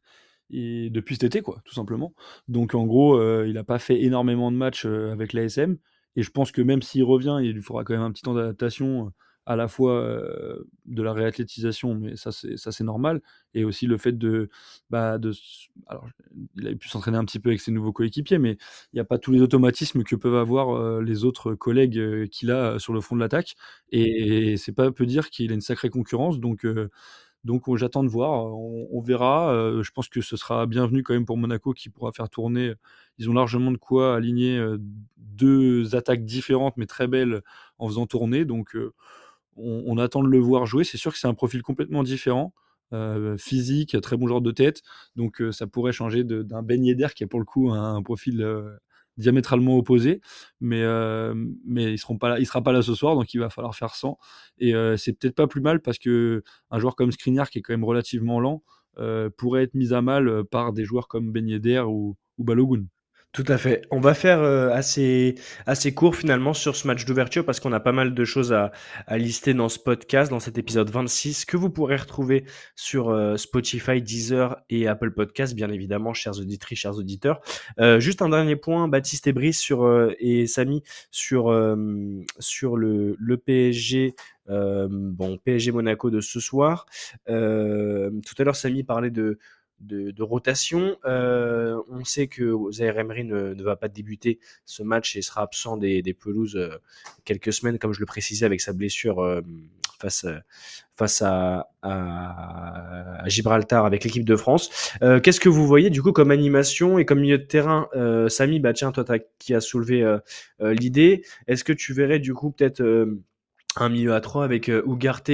Et depuis cet été, quoi, tout simplement. Donc en gros, euh, il n'a pas fait énormément de matchs euh, avec l'A S M. Et je pense que même s'il revient, il lui faudra quand même un petit temps d'adaptation, euh, à la fois euh, de la réathlétisation, mais ça c'est, ça c'est normal, et aussi le fait de, bah, de... Alors, il a pu s'entraîner un petit peu avec ses nouveaux coéquipiers, mais il n'y a pas tous les automatismes que peuvent avoir euh, les autres collègues euh, qu'il a sur le fond de l'attaque. Et, et c'est pas peu dire qu'il a une sacrée concurrence, donc... Euh, donc on- j'attends de voir, on, on verra. Euh, je pense que ce sera bienvenu quand même pour Monaco qui pourra faire tourner. Ils ont largement de quoi aligner euh, deux attaques différentes mais très belles en faisant tourner. Donc euh, on, on attend de le voir jouer. C'est sûr que c'est un profil complètement différent. Euh, physique, très bon joueur de tête. Donc euh, ça pourrait changer de- d'un Ben Yedder qui est pour le coup un, un profil euh, diamétralement opposé. Mais, euh, mais ils seront pas là, il sera pas là ce soir, donc il va falloir faire sans. Et euh, c'est peut-être pas plus mal parce que un joueur comme Skriniar, qui est quand même relativement lent, euh, pourrait être mis à mal euh, par des joueurs comme Ben Yedder ou, ou Balogun. Tout à fait. On va faire euh, assez, assez court finalement sur ce match d'ouverture parce qu'on a pas mal de choses à, à lister dans ce podcast, dans cet épisode vingt-six, que vous pourrez retrouver sur euh, Spotify, Deezer et Apple Podcasts, bien évidemment, chers auditrices, chers auditeurs. Euh, juste un dernier point, Baptiste et Brice sur, euh, et Samy sur, euh, sur le, le P S G. Euh, bon, P S G Monaco de ce soir. Euh, tout à l'heure, Samy parlait de de, de rotation. Euh, on sait que Zaïre Emery ne, ne va pas débuter ce match et sera absent des, des pelouses euh, quelques semaines, comme je le précisais, avec sa blessure euh, face, face à, à, à Gibraltar avec l'équipe de France. Euh, qu'est-ce que vous voyez du coup comme animation et comme milieu de terrain, euh, Samy, bah tiens, toi t'as, qui a soulevé euh, euh, l'idée, est-ce que tu verrais du coup peut-être euh, un milieu à trois avec euh, Ugarte,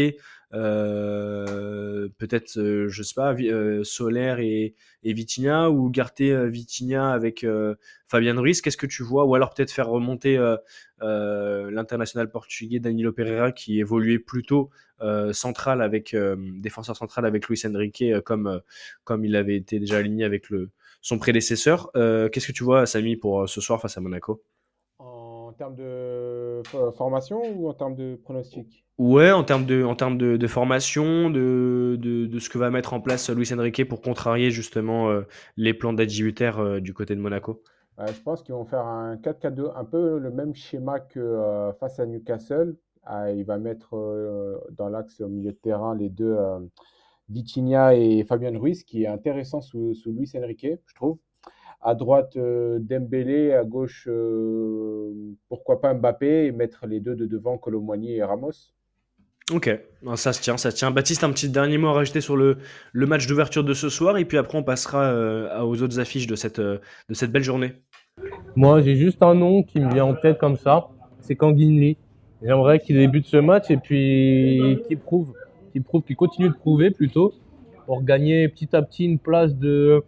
euh, peut-être, euh, je sais pas, euh, Soler et, et Vitinha, ou Ugarte, euh, Vitinha avec euh, Fabian Ruiz, qu'est-ce que tu vois? Ou alors peut-être faire remonter euh, euh, l'international portugais Danilo Pereira qui évoluait plutôt euh, central avec euh, défenseur central avec Luis Enrique, euh, comme euh, comme il avait été déjà aligné avec le son prédécesseur. Euh, qu'est-ce que tu vois, Samy, pour euh, ce soir face à Monaco? En termes de fo- formation ou en termes de pronostic? Ouais, en termes de, en termes de, de formation, de, de, de ce que va mettre en place Luis Enrique pour contrarier justement euh, les plans d'Adji Hutter euh, du côté de Monaco. Euh, je pense qu'ils vont faire un quatre quatre deux, un peu le même schéma que euh, face à Newcastle. Ah, il va mettre euh, dans l'axe au milieu de terrain les deux euh, Vitinha et Fabien Ruiz, qui est intéressant sous, sous Luis Enrique, je trouve. À droite, euh, Dembélé, à gauche, euh, pourquoi pas Mbappé, et mettre les deux de devant, Kolo Muani et Ramos. Ok, bon, ça se tient, ça se tient. Baptiste, un petit dernier mot à rajouter sur le, le match d'ouverture de ce soir, et puis après on passera euh, aux autres affiches de cette, euh, de cette belle journée. Moi, j'ai juste un nom qui me vient en tête comme ça, c'est Kangin Lee. J'aimerais qu'il débute ce match et puis qu'il prouve, qu'il prouve, qu'il continue de prouver plutôt, pour gagner petit à petit une place de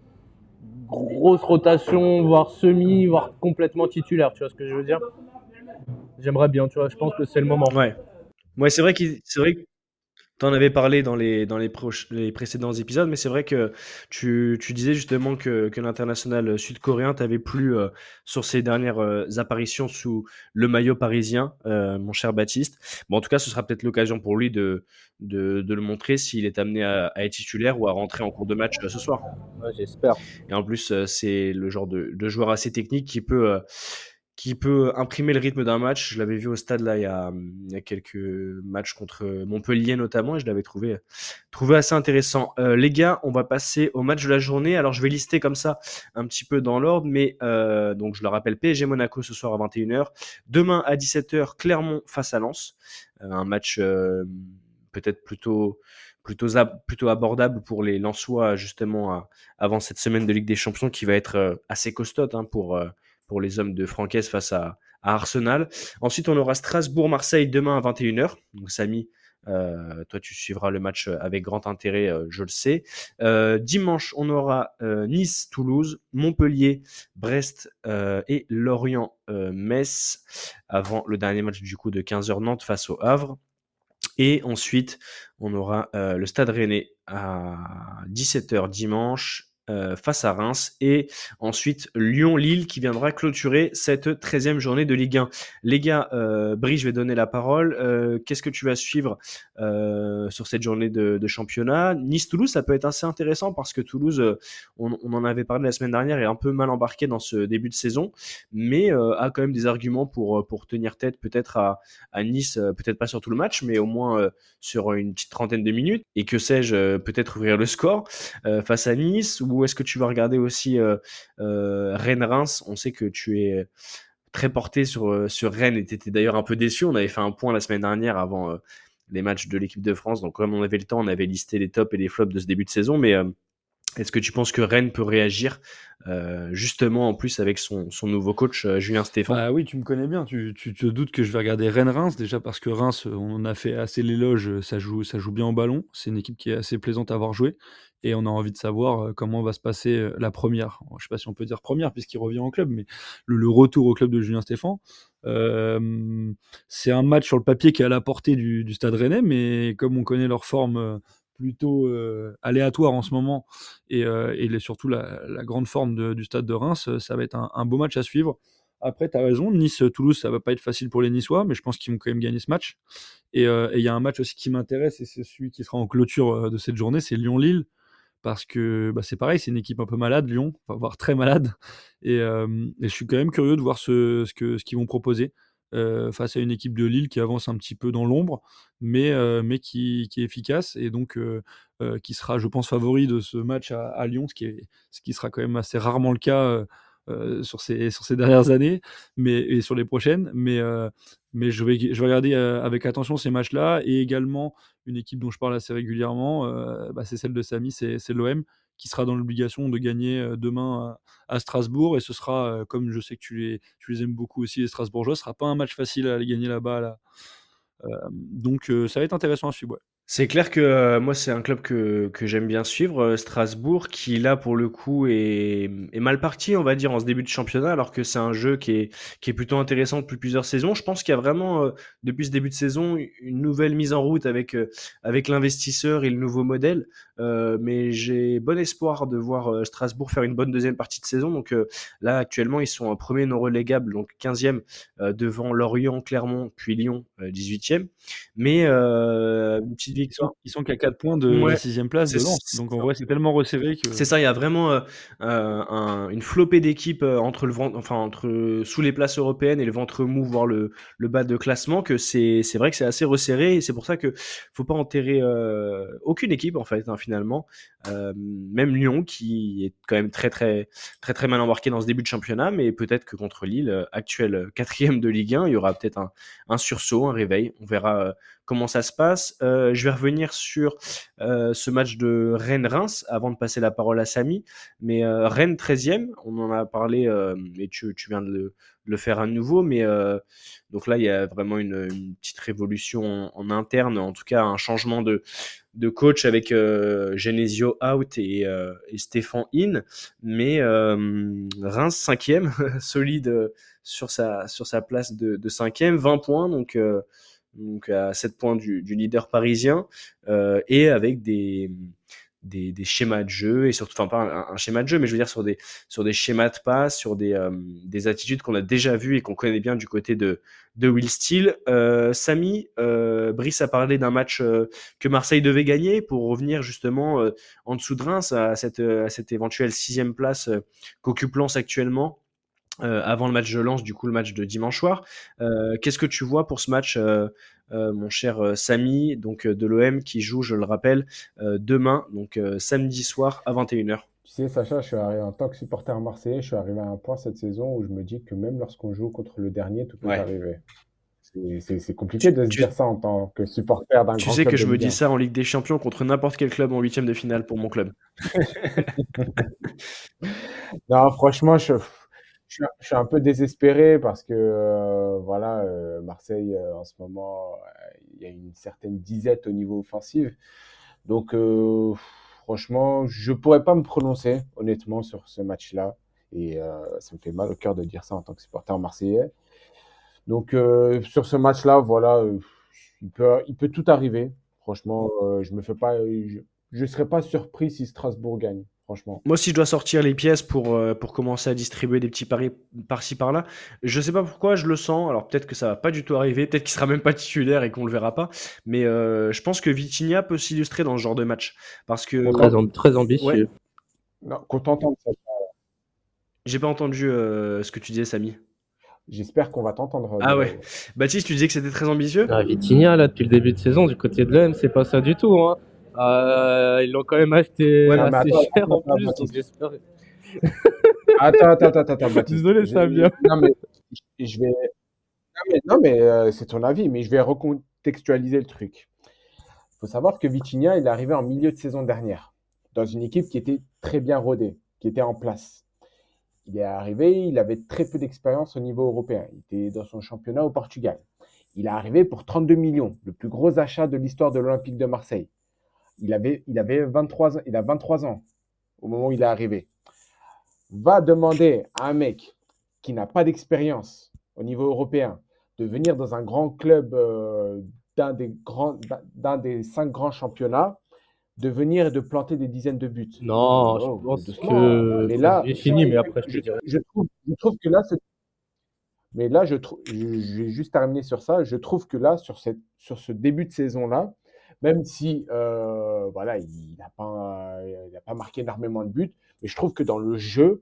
grosse rotation, voire semi, voire complètement titulaire. Tu vois ce que je veux dire? J'aimerais bien, tu vois. Je pense que c'est le moment. Ouais, ouais, c'est vrai qu'il, c'est vrai que t'en avais parlé dans les, dans les, proches, les précédents épisodes, mais c'est vrai que tu, tu disais justement que, que l'international sud-coréen t'avait plu euh, sur ses dernières euh, apparitions sous le maillot parisien, euh, mon cher Baptiste. Bon, en tout cas, ce sera peut-être l'occasion pour lui de, de, de le montrer s'il est amené à, à être titulaire ou à rentrer en cours de match euh, ce soir. Ouais, j'espère. Et en plus, euh, c'est le genre de, de joueur assez technique qui peut, euh, qui peut imprimer le rythme d'un match. Je l'avais vu au stade là il y a, il y a quelques matchs contre Montpellier notamment et je l'avais trouvé, trouvé assez intéressant. Euh, les gars, on va passer au match de la journée. Alors je vais lister comme ça un petit peu dans l'ordre, mais euh, donc je le rappelle, P S G Monaco ce soir à vingt et une heures. Demain à dix-sept heures, Clermont face à Lens. Euh, un match euh, peut-être plutôt plutôt, ab- plutôt abordable pour les Lensois justement à- avant cette semaine de Ligue des Champions qui va être euh, assez costote hein, pour, euh, pour les hommes de Francaise face à, à Arsenal. Ensuite, on aura Strasbourg-Marseille demain à vingt et une heures. Donc Samy, euh, toi tu suivras le match avec grand intérêt, euh, je le sais. Euh, dimanche, on aura euh, Nice-Toulouse, Montpellier-Brest euh, et Lorient-Metz avant le dernier match du coup de quinze heures Nantes face au Havre. Et ensuite, on aura euh, le Stade Rennais à dix-sept heures dimanche euh, face à Reims. Et ensuite, Lyon-Lille qui viendra clôturer cette treizième journée de Ligue un. Les gars, euh, Brie, je vais donner la parole. Euh, qu'est-ce que tu vas suivre euh, sur cette journée de, de championnat? Nice-Toulouse, ça peut être assez intéressant parce que Toulouse, euh, on, on en avait parlé la semaine dernière, est un peu mal embarqué dans ce début de saison, mais euh, a quand même des arguments pour, pour tenir tête peut-être à, à Nice, euh, peut-être pas sur tout le match, mais au moins euh, sur une petite trentaine de minutes. Et que sais-je, euh, peut-être ouvrir le score euh, face à Nice. Ou est-ce que tu vas regarder aussi euh, euh, Rennes-Reims? On sait que tu es très porté sur, euh, sur Rennes et tu étais d'ailleurs un peu déçu. On avait fait un point la semaine dernière avant euh, les matchs de l'équipe de France. Donc comme on avait le temps, on avait listé les tops et les flops de ce début de saison. Mais euh, est-ce que tu penses que Rennes peut réagir euh, justement en plus avec son, son nouveau coach euh, Julien Stéphan? Bah oui, tu me connais bien. Tu, tu te doutes que je vais regarder Rennes-Reims, déjà parce que Reims, euh, on en a fait assez l'éloge, ça joue, ça joue bien au ballon. C'est une équipe qui est assez plaisante à avoir joué. Et on a envie de savoir euh, comment va se passer euh, la première. Je sais pas si on peut dire première, puisqu'il revient en club, mais le, le retour au club de Julien Stéphan. Euh, c'est un match sur le papier qui est à la portée du, du Stade Rennais, mais comme on connaît leur forme euh, plutôt euh, aléatoire en ce moment, et, euh, et les- surtout la, la grande forme de- du Stade de Reims, euh, ça va être un, un beau match à suivre. Après, tu as raison, Nice-Toulouse, ça va pas être facile pour les Niçois, mais je pense qu'ils vont quand même gagner ce match. Et euh, et il y a un match aussi qui m'intéresse, et c'est celui qui sera en clôture euh, de cette journée, c'est Lyon-Lille, parce que bah, c'est pareil, c'est une équipe un peu malade, Lyon, enfin, voire très malade. Et, euh, et je suis quand même curieux de voir ce, ce que, ce qu'ils vont proposer euh, face à une équipe de Lille qui avance un petit peu dans l'ombre, mais, euh, mais qui, qui est efficace, et donc euh, euh, qui sera, je pense, favori de ce match à, à Lyon, ce qui, est, ce qui sera quand même assez rarement le cas euh, euh, sur, ces, sur ces dernières années mais, et sur les prochaines. Mais, euh, mais je, vais, je vais regarder euh, avec attention ces matchs-là, et également une équipe dont je parle assez régulièrement, euh, bah, c'est celle de Samy, c'est, c'est l'O M, qui sera dans l'obligation de gagner euh, demain à, à Strasbourg. Et ce sera, euh, comme je sais que tu les, tu les aimes beaucoup aussi, les Strasbourgeois, ce sera pas un match facile à aller gagner là-bas. Là. Euh, donc euh, ça va être intéressant à suivre. Ouais. C'est clair que euh, moi, c'est un club que, que j'aime bien suivre, euh, Strasbourg, qui là, pour le coup, est, est mal parti, on va dire, en ce début de championnat, alors que c'est un jeu qui est, qui est plutôt intéressant depuis plusieurs saisons. Je pense qu'il y a vraiment, euh, depuis ce début de saison, une nouvelle mise en route avec, euh, avec l'investisseur et le nouveau modèle. Euh, mais j'ai bon espoir de voir euh, Strasbourg faire une bonne deuxième partie de saison. Donc euh, là, actuellement, ils sont en premier non relégable, donc quinzième, euh, devant Lorient, Clermont, puis Lyon, euh, dix-huitième. Mais euh, une petite dis qu'ils sont, ils sont qu'à quatre points de Ouais, la sixième place de c'est Lens. c'est Donc en ça. vrai, c'est tellement resserré que. C'est ça, il y a vraiment euh, euh, un- une flopée d'équipes euh, entre le ventre, enfin entre sous les places européennes et le ventre mou, voire le, le bas de classement, que c'est c'est vrai que c'est assez resserré et c'est pour ça que faut pas enterrer euh, aucune équipe en fait hein, finalement. Euh, même Lyon qui est quand même très très très très mal embarqué dans ce début de championnat, mais peut-être que contre Lille, euh, actuel quatrième de Ligue un, il y aura peut-être un, un sursaut, un réveil. On verra euh, comment ça se passe. Euh, je vais revenir sur euh, ce match de Rennes-Reims avant de passer la parole à Samy. Mais euh, Rennes treizième, on en a parlé euh, et tu, tu viens de le, de le faire à nouveau. Mais euh, donc là, il y a vraiment une, une petite révolution en, en interne, en tout cas un changement de, de coach avec euh, Genesio out et, euh, et Stéphane in. Mais euh, Reims cinquième, solide euh, sur sa, sur sa place de, de cinquième, vingt points. Donc. Euh, donc à sept points du, du leader parisien, euh, et avec des, des, des schémas de jeu, et surtout, enfin pas un, un schéma de jeu, mais je veux dire sur des, sur des schémas de passe, sur des, euh, des attitudes qu'on a déjà vues et qu'on connaît bien du côté de, de Will Steele. Euh, Samy, euh, Brice a parlé d'un match euh, que Marseille devait gagner pour revenir justement euh, en dessous de Reims à cette, à cette éventuelle sixième place euh, qu'occupe Lens actuellement. Euh, avant le match de Lens, du coup le match de dimanche soir. Euh, qu'est-ce que tu vois pour ce match, euh, euh, mon cher euh, Samy, donc euh, de l'O M qui joue, je le rappelle, euh, demain, donc euh, samedi soir à vingt et une heures. Tu sais, Sacha, je suis arrivé en tant que supporter marseillais, je suis arrivé à un point cette saison où je me dis que même lorsqu'on joue contre le dernier, tout peut Ouais. arriver. C'est- C'est c'est compliqué Tu, de se tu, dire ça en tant que supporter d'un tu grand sais club que de je me Ligue dis un. ça en Ligue des Champions contre n'importe quel club en huitième de finale pour mon club. Non, franchement, je, je suis un je suis un peu désespéré parce que euh, voilà, euh, Marseille euh, en ce moment, euh, il y a une certaine disette au niveau offensif. Donc, euh, franchement, je pourrais pas me prononcer honnêtement sur ce match-là. Et euh, ça me fait mal au cœur de dire ça en tant que supporter marseillais. Donc, euh, sur ce match-là, voilà, euh, il peut, il peut tout arriver. Franchement, euh, je me fais pas, je, je serais pas surpris si Strasbourg gagne. Franchement. Moi, si je dois sortir les pièces pour, euh, pour commencer à distribuer des petits paris par-ci par-là, je sais pas pourquoi je le sens. Alors peut-être que ça va pas du tout arriver, peut-être qu'il sera même pas titulaire et qu'on le verra pas. Mais euh, je pense que Vitinha peut s'illustrer dans ce genre de match. Parce que, Très, Content, amb- très ouais, ambitieux. non, content d'entendre ça. j'ai pas entendu euh, ce que tu disais, Samy. J'espère qu'on va t'entendre. Ah ouais. Le... Baptiste, tu disais que c'était très ambitieux? Ah, Vitinha, là, depuis le début de saison, du côté de l'O M, c'est pas ça du tout. Hein. Euh, ils l'ont quand même acheté Ouais, Non, mais assez attends, cher attends, en attends, plus, donc Baptiste. j'espère. Attends, attends, attends, attends, Baptiste. Désolé, Je- Samia. Non, mais je je vais. Non, mais, non, mais euh, c'est ton avis, mais je vais recontextualiser le truc. Il faut savoir que Vitinha, il est arrivé en milieu de saison dernière, dans une équipe qui était très bien rodée, qui était en place. Il est arrivé, il avait très peu d'expérience au niveau européen. Il était dans son championnat au Portugal. Il est arrivé pour trente-deux millions, le plus gros achat de l'histoire de l'Olympique de Marseille. Il avait, il avait vingt-trois ans, il a vingt-trois ans au moment où il est arrivé. Va demander à un mec qui n'a pas d'expérience au niveau européen de venir dans un grand club euh, d'un des grands, d'un des cinq grands championnats, de venir et de planter des dizaines de buts. Non, je Oh, pense doucement, hein. que. Mais Enfin, là, j'ai fini, mais après, je te je, dirai. je trouve, je trouve que là, c'est- mais là, je, trou- je, je vais juste terminer sur ça. Je trouve que là, sur, cette, sur ce début de saison-là, même si euh, voilà, il n'a pas, il a pas marqué énormément de buts, mais je trouve que dans le jeu,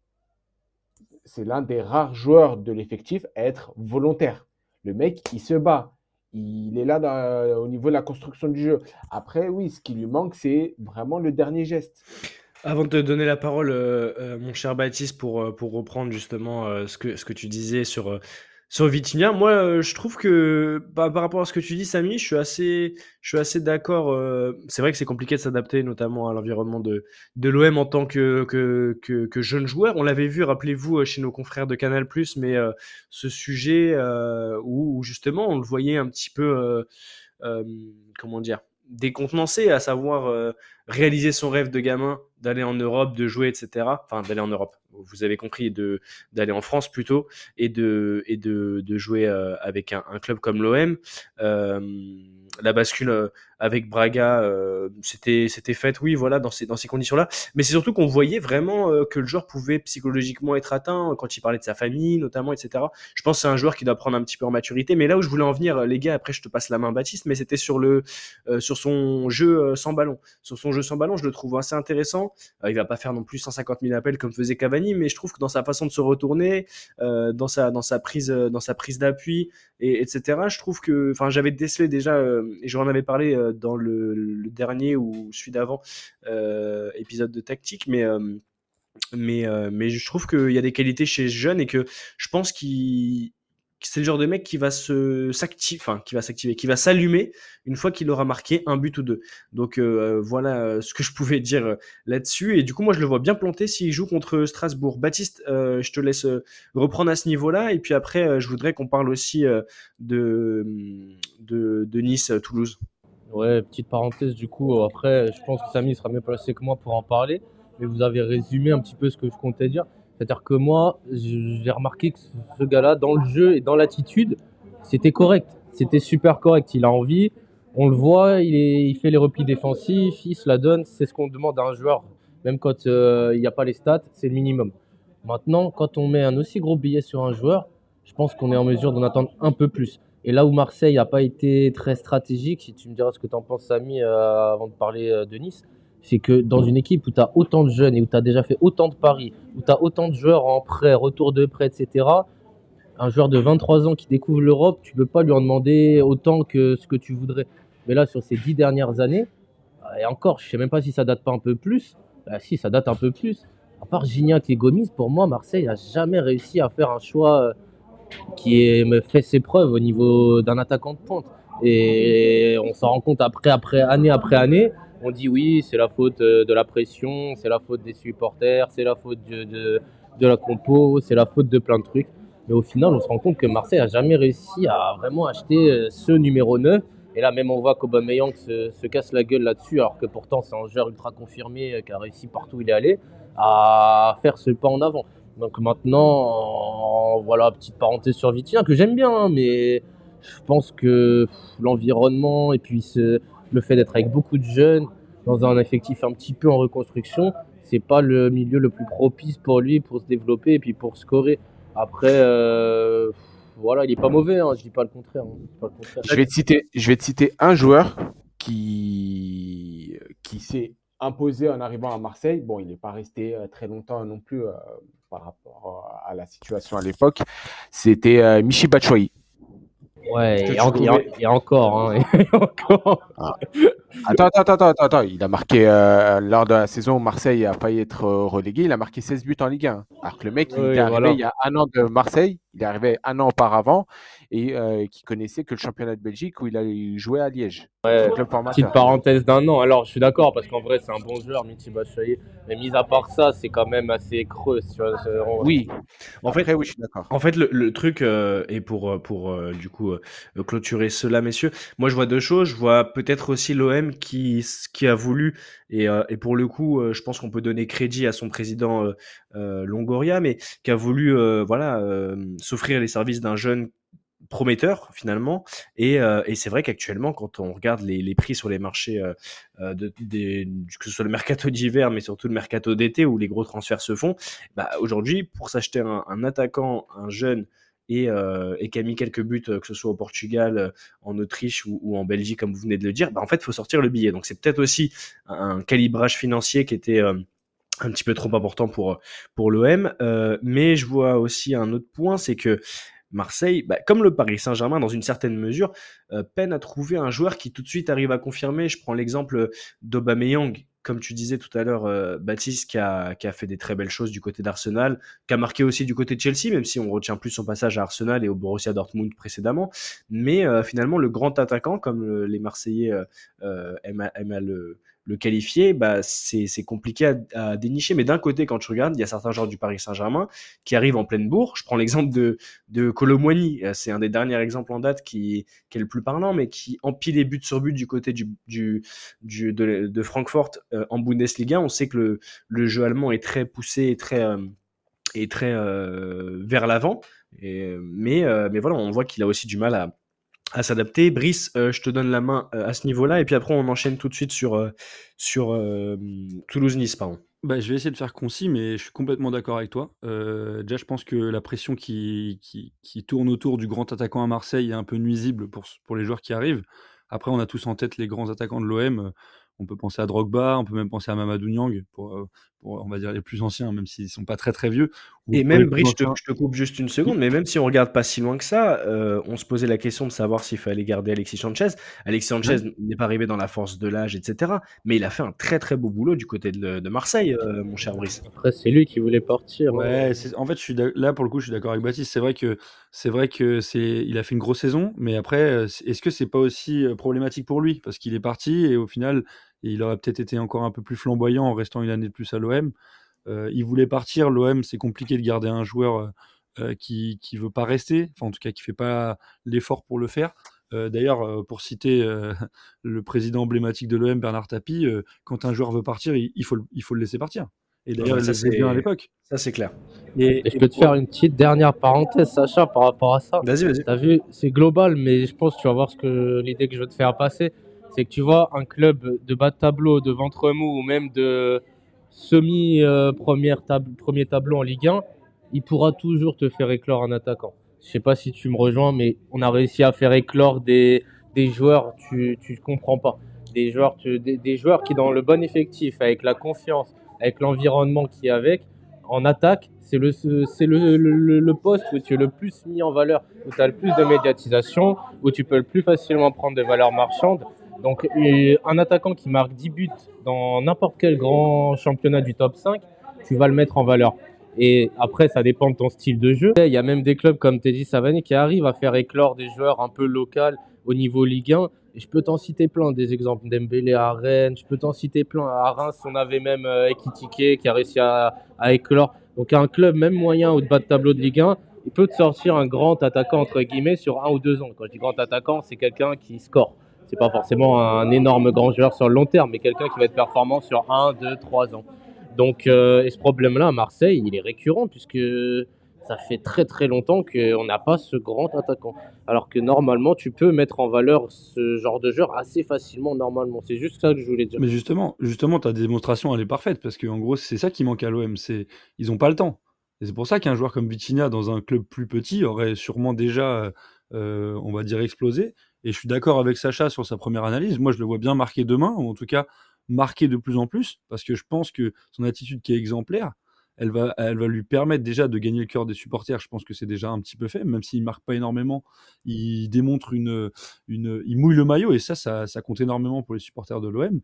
c'est l'un des rares joueurs de l'effectif à être volontaire. Le mec, il se bat. Il est là dans- au niveau de la construction du jeu. Après, oui, ce qui lui manque, c'est vraiment le dernier geste. Avant de te donner la parole, euh, euh, mon cher Baptiste, pour, euh, pour reprendre justement euh, ce que, ce que tu disais sur, euh, sur Vitinha, moi euh, je trouve que bah, par rapport à ce que tu dis, Samy, je suis assez, je suis assez d'accord. euh, c'est vrai que c'est compliqué de s'adapter, notamment à l'environnement de, de l'O M en tant que, que, que, que jeune joueur. On l'avait vu, rappelez-vous, euh, chez nos confrères de Canal+, mais euh, ce sujet euh, où, où justement on le voyait un petit peu, euh, euh, comment dire, décontenancé, à savoir euh, réaliser son rêve de gamin, d'aller en Europe, de jouer, et cetera. Enfin, d'aller en Europe, vous avez compris, de, d'aller en France plutôt, et de, et de, de jouer euh, avec un, un club comme l'O M. Euh, la bascule euh, avec Braga, euh, c'était c'était faite, oui, voilà, dans ces dans ces conditions-là. Mais c'est surtout qu'on voyait vraiment euh, que le joueur pouvait psychologiquement être atteint quand il parlait de sa famille, notamment, et cetera. Je pense que c'est un joueur qui doit prendre un petit peu en maturité. Mais là où je voulais en venir, les gars, après je te passe la main, Baptiste, mais c'était sur le euh, sur son jeu euh, sans ballon. Sur son jeu sans ballon, je le trouve assez intéressant. Euh, il va pas faire non plus cent cinquante mille appels comme faisait Cavani, mais je trouve que dans sa façon de se retourner, euh, dans sa dans sa prise euh, dans sa prise d'appui, et etc. Je trouve que, enfin, j'avais décelé déjà, euh, et j'en avais parlé euh, dans le, le dernier ou celui d'avant euh, épisode de tactique, mais euh, mais euh, mais je trouve qu'il y a des qualités chez ce jeune et que je pense qu'il que c'est le genre de mec qui va se s'activer, enfin qui va s'activer, qui va s'allumer une fois qu'il aura marqué un but ou deux. Donc euh, voilà euh, ce que je pouvais dire euh, là-dessus. Et du coup, moi, je le vois bien planté s'il joue contre Strasbourg. Baptiste, euh, je te laisse euh, reprendre à ce niveau-là. Et puis après, euh, je voudrais qu'on parle aussi euh, de, de de Nice-Toulouse. Ouais, petite parenthèse du coup, euh, après, je pense que Samy sera mieux placé que moi pour en parler, mais vous avez résumé un petit peu ce que je comptais dire. C'est-à-dire que moi, je- j'ai remarqué que ce ce gars-là, dans le jeu et dans l'attitude, c'était correct. C'était super correct. Il a envie, on le voit, il, est, il fait les replis défensifs, il se la donne. C'est ce qu'on demande à un joueur, même quand euh, il n'y a pas les stats, c'est le minimum. Maintenant, quand on met un aussi gros billet sur un joueur, je pense qu'on est en mesure d'en attendre un peu plus. Et là où Marseille n'a pas été très stratégique, si tu me diras ce que tu en penses, Samy, euh, avant de parler euh, de Nice, c'est que dans une équipe où tu as autant de jeunes et où tu as déjà fait autant de paris, où tu as autant de joueurs en prêt, retour de prêt, et cetera, un joueur de vingt-trois ans qui découvre l'Europe, tu ne peux pas lui en demander autant que ce que tu voudrais. Mais là, sur ces dix dernières années, et encore, je ne sais même pas si ça date pas un peu plus, bah, si, ça date un peu plus. À part Gignac et Gomis, pour moi, Marseille n'a jamais réussi à faire un choix euh, qui est, me fait ses preuves au niveau d'un attaquant de pointe. Et on s'en rend compte après, après, année après année. On dit oui, c'est la faute euh, de la pression, c'est la faute des supporters, c'est la faute de, de, de la compo, c'est la faute de plein de trucs. Mais au final, on se rend compte que Marseille n'a jamais réussi à vraiment acheter euh, ce numéro neuf. Et là, même on voit qu'Aubameyang se, se casse la gueule là-dessus, alors que pourtant, c'est un joueur ultra confirmé euh, qui a réussi partout où il est allé à faire ce pas en avant. Donc maintenant, euh, voilà, petite parenthèse sur Vitinha que j'aime bien, hein, mais je pense que pff, l'environnement et puis ce- le fait d'être avec beaucoup de jeunes dans un effectif un petit peu en reconstruction, c'est pas le milieu le plus propice pour lui pour se développer et puis pour scorer. Après, euh, pff, voilà, il est pas mauvais, hein, je dis pas le contraire. hein, je dis pas le contraire. Je vais te citer, je vais te citer un joueur qui, qui s'est imposé en arrivant à Marseille. Bon, il n'est pas resté euh, très longtemps non plus euh, par rapport euh, à la situation à l'époque. C'était euh, Michy Batshuayi. Ouais, Est-ce que et, tu en- et en- trouvais- et encore, hein, et encore. Ah. Attends, attends, attends, attends, attends. Il a marqué euh, lors de la saison où Marseille a failli être euh, relégué, il a marqué seize buts en Ligue un. Alors que le mec, il Ouais, était arrivé voilà. il y a un an de Marseille, il est arrivé un an auparavant et euh, qui connaissait que le championnat de Belgique où il a joué à Liège, Ouais, son club formateur. petite parenthèse d'un an. Alors, je suis d'accord parce qu'en vrai, c'est un bon joueur, Michy Batshuayi. Mais mis à part ça, c'est quand même assez creux. Tu vois, c'est- on- Oui, En après, fait, oui, je suis d'accord. En fait, le, le truc, euh, et pour, euh, pour euh, du coup euh, clôturer cela, messieurs, moi je vois deux choses. Je vois peut-être aussi l'O M qui, qui a voulu, et, euh, et pour le coup, euh, je pense qu'on peut donner crédit à son président euh, euh, Longoria, mais qui a voulu euh, voilà, euh, s'offrir les services d'un jeune prometteur finalement. Et, euh, et c'est vrai qu'actuellement, quand on regarde les, les prix sur les marchés, euh, euh, de, des, que ce soit le mercato d'hiver, mais surtout le mercato d'été où les gros transferts se font, bah, aujourd'hui, pour s'acheter un, un attaquant, un jeune, et, euh, et qui a mis quelques buts, euh, que ce soit au Portugal, euh, en Autriche ou, ou en Belgique, comme vous venez de le dire, bah, en fait, il faut sortir le billet. Donc c'est peut-être aussi un calibrage financier qui était euh, un petit peu trop important pour, pour l'O M. Euh, mais je vois aussi un autre point, c'est que Marseille, bah, comme le Paris Saint-Germain dans une certaine mesure, euh, peine à trouver un joueur qui tout de suite arrive à confirmer. Je prends l'exemple d'Aubameyang, comme tu disais tout à l'heure, euh, Baptiste, qui a, qui a fait des très belles choses du côté d'Arsenal, qui a marqué aussi du côté de Chelsea, même si on retient plus son passage à Arsenal et au Borussia Dortmund précédemment. Mais euh, finalement, le grand attaquant, comme le- les Marseillais euh, euh, aiment, à, aiment à le, le qualifier, bah, c'est, c'est compliqué à, à dénicher. Mais d'un côté, quand tu regardes, il y a certains joueurs du Paris Saint-Germain qui arrivent en pleine bourre. Je prends l'exemple de de Kolo Muani, c'est un des derniers exemples en date qui, qui est le plus parlant, mais qui empile les buts sur but du côté du, du, du, de, de Francfort euh, en Bundesliga. On sait que le, le jeu allemand est très poussé et très, euh, et très euh, vers l'avant, et, mais, euh, mais voilà, on voit qu'il a aussi du mal à, à s'adapter. Brice, euh, je te donne la main euh, à ce niveau-là, et puis après on enchaîne tout de suite sur, euh, sur euh, Toulouse-Nice, pardon. Bah, je vais essayer de faire concis, mais je suis complètement d'accord avec toi. Euh, déjà, je pense que la pression qui, qui, qui tourne autour du grand attaquant à Marseille est un peu nuisible pour, pour les joueurs qui arrivent. Après, on a tous en tête les grands attaquants de l'O M. On peut penser à Drogba, on peut même penser à Mamadou Niang, pour, euh, pour on va dire les plus anciens, même s'ils ne sont pas très très vieux. Ou Et pour les même, plus Brice, je te, anciens. je te coupe juste une seconde, mais même si on regarde pas si loin que ça, euh, on se posait la question de savoir s'il fallait garder Alexis Sanchez. Alexis Sanchez Ouais. n'est pas arrivé dans la force de l'âge, et cetera. Mais il a fait un très très beau boulot du côté de, de Marseille, euh, mon cher Brice. Après, c'est lui qui voulait partir. hein. Ouais, c'est- en fait, je suis d'ac- là pour le coup, je suis d'accord avec Baptiste. C'est vrai que c'est vrai que c'est, il a fait une grosse saison, mais après, euh, c'est- est-ce que c'est pas aussi euh, problématique pour lui parce qu'il est parti et au final, il aurait peut-être été encore un peu plus flamboyant en restant une année de plus à l'O M. Euh, il voulait partir. L'O M, c'est compliqué de garder un joueur euh, euh, qui qui veut pas rester, enfin en tout cas qui fait pas l'effort pour le faire. Euh, D'ailleurs, euh, pour citer euh, le président emblématique de l'O M, Bernard Tapie, euh, quand un joueur veut partir, il, il faut le- il faut le laisser partir. Et Non, d'ailleurs, bah, il ça le faisait bien à c'est l'époque. ça c'est clair. Et, Et je et peux te pour- faire une petite dernière parenthèse, Sacha, par rapport à ça. Vas-y, vas-y. T'as vu, c'est global, mais je pense que tu vas voir ce que l'idée que je veux te faire passer. C'est que tu vois un club de bas de tableau, de ventre mou, ou même de semi-premier premier tableau en Ligue un, il pourra toujours te faire éclore un attaquant. Je sais pas si tu me rejoins, mais on a réussi à faire éclore des, des joueurs, tu tu comprends pas. Des joueurs, tu- des, des joueurs qui, dans le bon effectif, avec la confiance, avec l'environnement qui est avec, en attaque, c'est le, c'est le, le, le poste où tu es le plus mis en valeur, où tu as le plus de médiatisation, où tu peux le plus facilement prendre des valeurs marchandes. Donc, un attaquant qui marque dix buts dans n'importe quel grand championnat du top cinq, tu vas le mettre en valeur. Et après, ça dépend de ton style de jeu. Il y a même des clubs comme Teddy Savani qui arrivent à faire éclore des joueurs un peu locaux au niveau Ligue un. Et je peux t'en citer plein, des exemples. Dembélé à Rennes, je peux t'en citer plein. À Reims, on avait même euh, Ekitike qui a réussi à, à éclore. Donc un club, même moyen ou de bas de tableau de Ligue un, il peut te sortir un grand attaquant, entre guillemets, sur un ou deux ans. Quand je dis grand attaquant, c'est quelqu'un qui score. C'est pas forcément un énorme grand joueur sur le long terme, mais quelqu'un qui va être performant sur un, deux, trois ans. Donc, euh, et ce problème-là à Marseille, il est récurrent puisque ça fait très très longtemps qu'on n'a pas ce grand attaquant. Alors que normalement, tu peux mettre en valeur ce genre de joueur assez facilement, normalement. C'est juste ça que je voulais dire. Mais justement, justement, ta démonstration, elle est parfaite parce qu'en gros, c'est ça qui manque à l'O M. C'est ils ont pas le temps. Et c'est pour ça qu'un joueur comme Vitinha dans un club plus petit aurait sûrement déjà, euh, on va dire, explosé. Et je suis d'accord avec Sacha sur sa première analyse. Moi, je le vois bien marquer demain, ou en tout cas marquer de plus en plus, parce que je pense que son attitude qui est exemplaire, elle va, elle va lui permettre déjà de gagner le cœur des supporters. Je pense que c'est déjà un petit peu fait, même s'il marque pas énormément, il démontre une, une, il mouille le maillot et ça, ça, ça compte énormément pour les supporters de l'O M.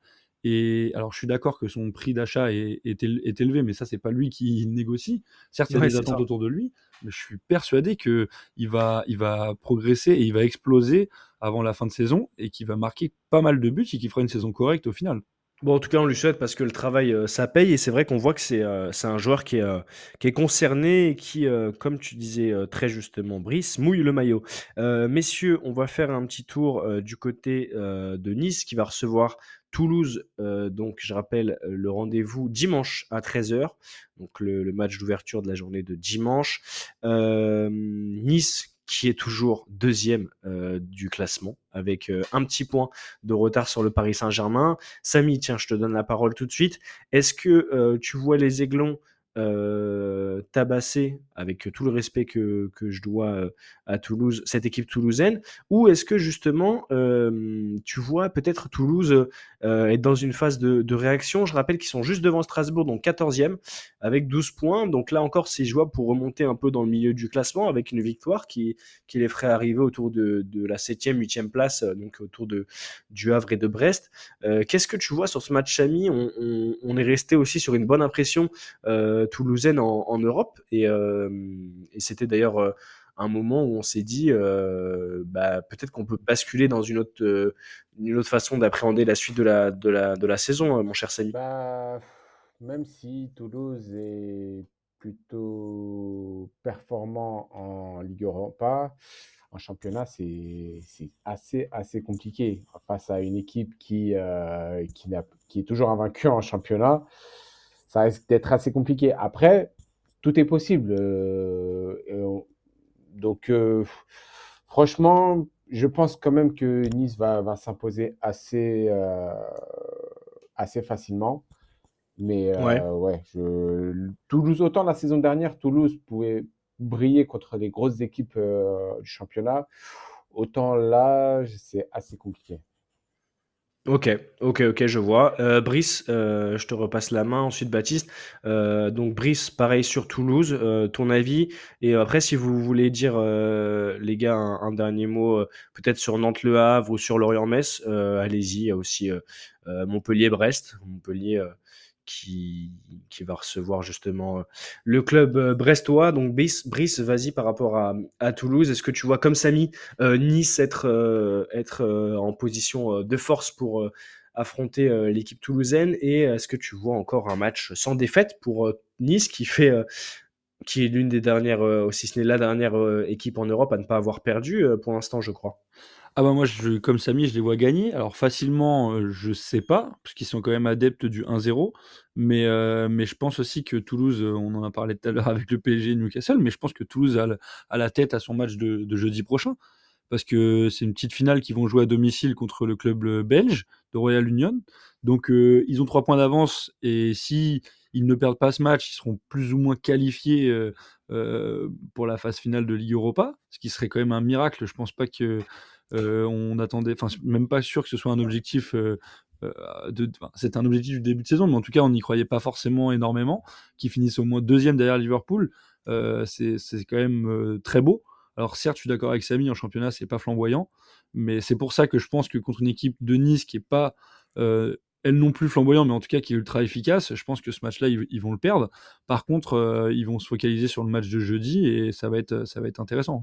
Et alors, je suis d'accord que son prix d'achat est, est, éle- est élevé, mais ça, c'est pas lui qui négocie. Certes, il y a Ouais, des c'est attentes ça. autour de lui, mais je suis persuadé que il va, il va progresser et il va exploser avant la fin de saison et qu'il va marquer pas mal de buts et qu'il fera une saison correcte au final. Bon, en tout cas, on lui souhaite parce que le travail, euh, ça paye. Et c'est vrai qu'on voit que c'est euh, c'est un joueur qui est, euh, qui est concerné et qui, euh, comme tu disais euh, très justement, Brice, mouille le maillot. Euh, messieurs, on va faire un petit tour euh, du côté euh, de Nice qui va recevoir Toulouse. Euh, donc, je rappelle euh, le rendez-vous dimanche à treize heures. Donc, le, le match d'ouverture de la journée de dimanche. Euh, Nice qui est toujours deuxième euh, du classement avec euh, un petit point de retard sur le Paris Saint-Germain. Samy, tiens, je te donne la parole tout de suite. Est-ce que euh, tu vois les Aiglons euh, tabasser, avec tout le respect que, que je dois euh, à Toulouse, cette équipe toulousaine, ou est-ce que justement euh, tu vois peut-être Toulouse euh, être dans une phase de, de réaction? Je rappelle qu'ils sont juste devant Strasbourg, donc quatorzième, avec douze points. Donc là encore, c'est jouable pour remonter un peu dans le milieu du classement avec une victoire qui, qui les ferait arriver autour de, de la septième, huitième place, donc autour de, du Havre et de Brest. Euh, qu'est-ce que tu vois sur ce match, Samy? on, on, on est resté aussi sur une bonne impression euh, toulousaine en, en Europe et, euh, et c'était d'ailleurs euh, un moment où on s'est dit euh, bah, peut-être qu'on peut basculer dans une autre, euh, une autre façon d'appréhender la suite de la, de la, de la saison, euh, mon cher Samy. Bah, même si Toulouse est plutôt performant en Ligue Europa, en championnat, c'est c'est assez, assez compliqué. Face à une équipe qui, euh, qui, n'a- qui est toujours invaincue en championnat, ça risque d'être assez compliqué. Après, tout est possible. Euh, et on- donc, euh, franchement, je pense quand même que Nice va, va s'imposer assez, euh, assez facilement. Mais Ouais. euh, ouais, je... Toulouse, autant la saison dernière, Toulouse pouvait briller contre les grosses équipes euh, du championnat, autant là, c'est assez compliqué. Ok, ok, ok, je vois. Euh, Brice, euh, je te repasse la main. Ensuite, Baptiste. Euh, donc, Brice, pareil sur Toulouse. Euh, ton avis. Et après, si vous voulez dire, euh, les gars, un, un dernier mot, euh, peut-être sur Nantes-Le Havre ou sur Lorient-Metz, euh, allez-y. Il y a aussi euh, euh, Montpellier-Brest. Montpellier euh, qui, qui va recevoir justement euh, le club euh, brestois. Donc, Brice, Brice, vas-y par rapport à, à Toulouse. Est-ce que tu vois, comme Samy, euh, Nice être, euh, être euh, en position euh, de force pour euh, affronter euh, l'équipe toulousaine, et est-ce que tu vois encore un match sans défaite pour euh, Nice qui fait euh, qui est l'une des dernières, euh, si ce n'est la dernière euh, équipe en Europe à ne pas avoir perdu euh, pour l'instant, je crois. Ah bah moi, je, comme Samy, je les vois gagner. Alors facilement, euh, je sais pas, parce qu'ils sont quand même adeptes du un zéro. Mais, euh, mais je pense aussi que Toulouse, euh, on en a parlé tout à l'heure avec le P S G et Newcastle, mais je pense que Toulouse a, le- a la tête à son match de, de jeudi prochain. Parce que c'est une petite finale qu'ils vont jouer à domicile contre le club euh, belge de Royal Union. Donc euh, ils ont trois points d'avance, et si ils ne perdent pas ce match, ils seront plus ou moins qualifiés euh, euh, pour la phase finale de Ligue Europa, ce qui serait quand même un miracle. Je pense pas que euh, on attendait, enfin même pas sûr que ce soit un objectif. Euh, euh, de, enfin, c'est un objectif du début de saison, mais en tout cas on n'y croyait pas forcément énormément. Qu'ils finissent au moins deuxième derrière Liverpool, euh, c'est, c'est quand même euh, très beau. Alors certes, je suis d'accord avec Samy, en championnat, c'est pas flamboyant, mais c'est pour ça que je pense que contre une équipe de Nice qui est pas euh, elle non plus flamboyant, mais en tout cas qui est ultra efficace, je pense que ce match-là, ils, ils vont le perdre. Par contre, euh, ils vont se focaliser sur le match de jeudi, et ça va être, ça va être intéressant.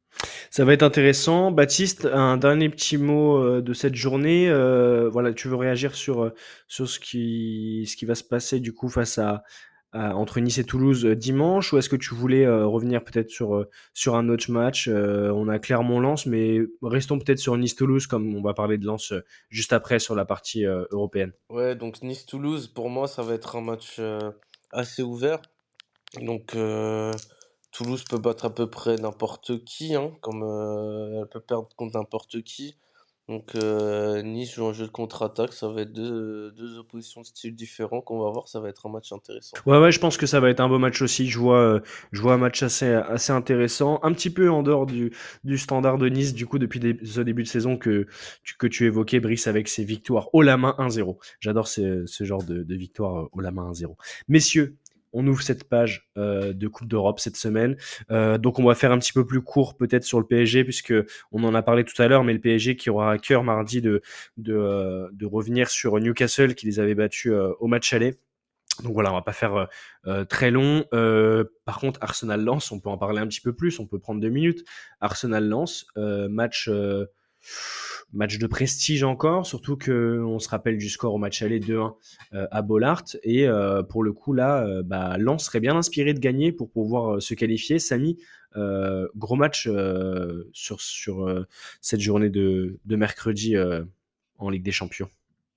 Ça va être intéressant. Baptiste, un dernier petit mot euh, de cette journée. Euh, voilà, tu veux réagir sur, euh, sur ce qui, ce qui va se passer du coup face à, à- entre Nice et Toulouse euh, dimanche, ou est-ce que tu voulais euh, revenir peut-être sur, euh, sur un autre match? Euh, On a Clermont-Lens, mais restons peut-être sur Nice-Toulouse, comme on va parler de Lens euh, juste après sur la partie euh, européenne. Ouais, donc Nice-Toulouse, pour moi, ça va être un match euh, assez ouvert. Donc, euh, Toulouse peut battre à peu près n'importe qui, hein, comme euh, elle peut perdre contre n'importe qui. Donc, euh, Nice joue un jeu de contre-attaque. Ça va être deux, deux oppositions de styles différents qu'on va voir. Ça va être un match intéressant. Ouais, ouais, je pense que ça va être un beau match aussi. Je vois, euh, je vois un match assez, assez intéressant, un petit peu en dehors du, du standard de Nice, du coup, depuis des- ce début de saison que, tu- que tu évoquais, Brice, avec ses victoires haut la main un zéro. J'adore ce, ce genre de, de victoire euh, haut la main un zéro. Messieurs, on ouvre cette page euh, de Coupe d'Europe cette semaine. Euh, donc, on va faire un petit peu plus court peut-être sur le P S G, puisque on en a parlé tout à l'heure, mais le P S G qui aura à cœur mardi de, de, euh, de revenir sur Newcastle, qui les avait battus euh, au match aller. Donc voilà, on va pas faire euh, euh, très long. Euh, par contre, Arsenal-Lens, on peut en parler un petit peu plus, on peut prendre deux minutes. Arsenal-Lens, euh, match, euh, match de prestige encore, surtout que on se rappelle du score au match aller deux un euh, à Bollard. Et euh, pour le coup, là, euh, bah, Lens serait bien inspiré de gagner pour pouvoir euh, se qualifier. Samy, euh, gros match euh, sur, sur euh, cette journée de, de mercredi euh, en Ligue des Champions.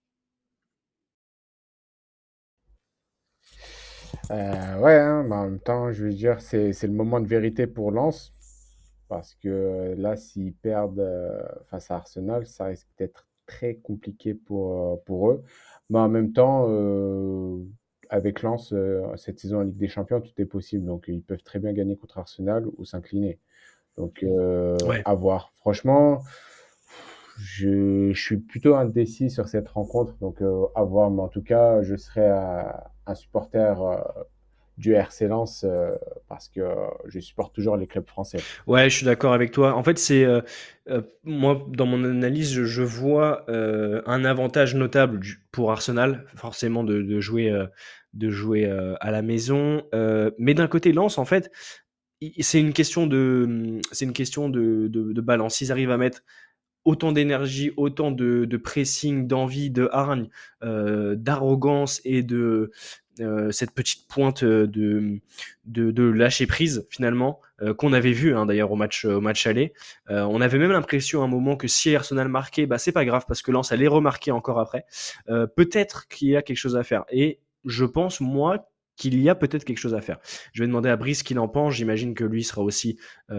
Euh, ouais, hein, mais en même temps, je veux dire, c'est, c'est le moment de vérité pour Lens, parce que euh, là, s'ils perdent euh, face à Arsenal, ça risque d'être très compliqué pour, euh, pour eux. Mais en même temps, euh, avec Lens, euh, cette saison en Ligue des Champions, tout est possible. Donc, ils peuvent très bien gagner contre Arsenal ou s'incliner. Donc, euh, Ouais. à voir. Franchement, je, je suis plutôt indécis sur cette rencontre. Donc, euh, à voir. Mais en tout cas, je serai euh, un supporter euh, du R C Lens euh, parce que euh, je supporte toujours les clubs français. Ouais, je suis d'accord avec toi. En fait, c'est euh, euh, moi dans mon analyse, je, je vois euh, un avantage notable du- pour Arsenal, forcément de, de jouer euh, de jouer euh, à la maison. Euh, mais d'un côté, Lens, en fait, i- c'est une question de c'est une question de, de, de balance. Ils arrivent à mettre autant d'énergie, autant de, de pressing, d'envie, de hargne, euh, d'arrogance et de euh, cette petite pointe de, de, de lâcher prise finalement euh, qu'on avait vu hein, d'ailleurs au match au match aller. Euh, on avait même l'impression à un moment que si Arsenal marquait, bah c'est pas grave parce que Lens allait remarquer encore après. Euh, peut-être qu'il y a quelque chose à faire. Et je pense moi qu'il y a peut-être quelque chose à faire. Je vais demander à Brice ce qu'il en pense. J'imagine que lui sera aussi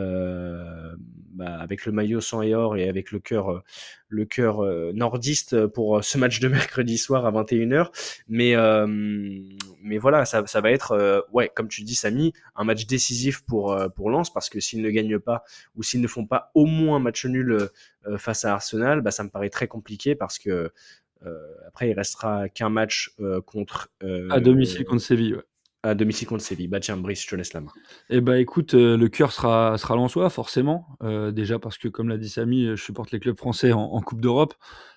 euh, bah, avec le maillot sang et or et avec le cœur, euh, le cœur euh, nordiste pour euh, ce match de mercredi soir à vingt et une heures. Mais, euh, mais voilà, ça, ça va être, euh, ouais, comme tu dis, Samy, un match décisif pour, euh, pour Lens parce que s'ils ne gagnent pas ou s'ils ne font pas au moins un match nul euh, face à Arsenal, bah, ça me paraît très compliqué parce que euh, après, il restera qu'un match euh, contre. Euh, À domicile contre Séville, ouais. À domicile contre Séville. Bah tiens, Brice, je te laisse la main. Eh bah écoute, euh, le cœur sera, sera lensois, forcément. Euh, déjà parce que, comme l'a dit Samy, je supporte les clubs français en, en Coupe d'Europe.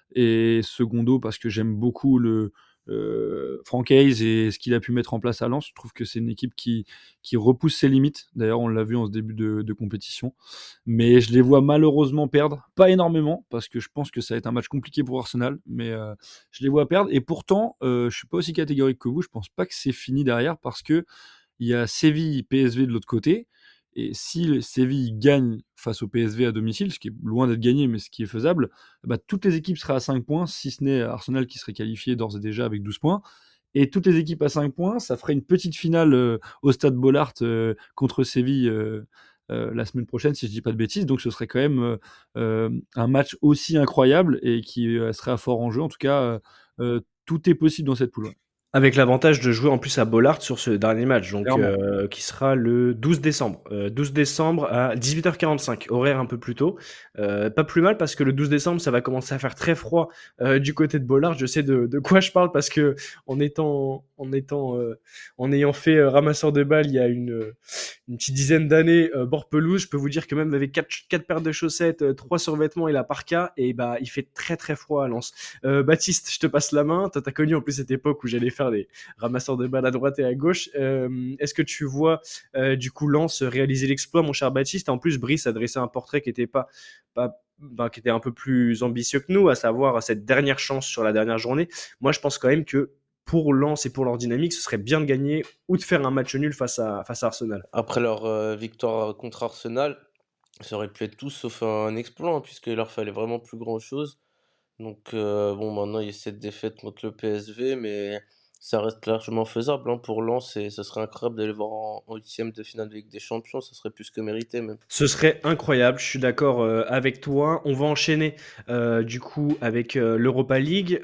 Et secondo, parce que j'aime beaucoup le euh, Franck Hayes et ce qu'il a pu mettre en place à Lens. Je trouve que c'est une équipe qui, qui repousse ses limites. D'ailleurs, on l'a vu en ce début de, de compétition. Mais je les vois malheureusement perdre. Pas énormément, parce que je pense que ça va être un match compliqué pour Arsenal. Mais euh, je les vois perdre. Et pourtant, euh, je suis pas aussi catégorique que vous. Je pense pas que c'est fini derrière, parce que il y a Séville, P S V de l'autre côté. Et si le Séville gagne face au P S V à domicile, ce qui est loin d'être gagné, mais ce qui est faisable, bah, toutes les équipes seraient à cinq points, si ce n'est Arsenal qui serait qualifié d'ores et déjà avec douze points. Et toutes les équipes à cinq points, ça ferait une petite finale euh, au Stade Bollaert euh, contre Séville euh, euh, la semaine prochaine, si je dis pas de bêtises. Donc ce serait quand même euh, euh, un match aussi incroyable et qui euh, serait à fort enjeu. En tout cas, euh, euh, tout est possible dans cette poule. Avec l'avantage de jouer en plus à Bollaert sur ce dernier match, donc euh, qui sera le douze décembre. Euh, douze décembre à dix-huit heures quarante-cinq, horaire un peu plus tôt. Euh, pas plus mal parce que le douze décembre, ça va commencer à faire très froid euh, du côté de Bollaert. Je sais de, de quoi je parle parce que en étant, en étant, euh, en ayant fait euh, ramasseur de balles il y a une, une petite dizaine d'années euh, bord pelouse, je peux vous dire que même avec quatre, quatre paires de chaussettes, euh, trois survêtements et la parka, et bah il fait très très froid à Lens. Euh, Baptiste, je te passe la main. Toi, t'as connu en plus cette époque où j'allais faire des ramasseurs de balles à droite et à gauche. Euh, est-ce que tu vois euh, du coup Lens réaliser l'exploit, mon cher Baptiste? En plus, Brice a dressé un portrait qui était pas, pas ben, qui était un peu plus ambitieux que nous, à savoir cette dernière chance sur la dernière journée. Moi, je pense quand même que pour Lens et pour leur dynamique, ce serait bien de gagner ou de faire un match nul face à, face à Arsenal. Après leur euh, victoire contre Arsenal, ça aurait pu être tout sauf un exploit, hein, puisqu'il leur fallait vraiment plus grand-chose. Donc euh, bon, maintenant il y a cette défaite contre le P S V, mais ça reste largement faisable hein, pour Lens et ce serait incroyable d'aller voir en en huitième de finale de Ligue des Champions, ça serait plus que mérité même. Ce serait incroyable, je suis d'accord euh, avec toi. On va enchaîner euh, du coup avec euh, l'Europa League.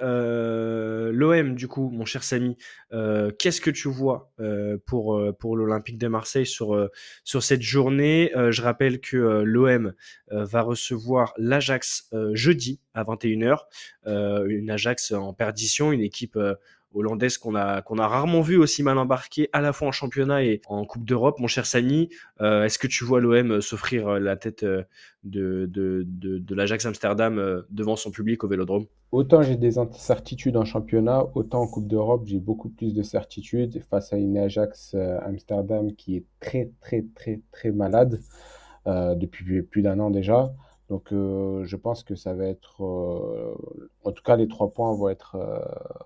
Euh, L'O M du coup, mon cher Samy, euh, qu'est-ce que tu vois euh, pour, euh, pour l'Olympique de Marseille sur, euh, sur cette journée? Euh, Je rappelle que euh, l'O M euh, va recevoir l'Ajax euh, jeudi à vingt et une heures. Euh, une Ajax en perdition, une équipe euh, hollandaise qu'on a, qu'on a rarement vu aussi mal embarquée à la fois en championnat et en Coupe d'Europe. Mon cher Samy, euh, est-ce que tu vois l'O M s'offrir la tête euh, de, de, de, de l'Ajax Amsterdam euh, devant son public au Vélodrome? Autant j'ai des incertitudes en championnat, autant en Coupe d'Europe, j'ai beaucoup plus de certitudes face à une Ajax euh, Amsterdam qui est très, très, très, très malade euh, depuis plus d'un an déjà. Donc, euh, je pense que ça va être, euh, en tout cas, les trois points vont être euh,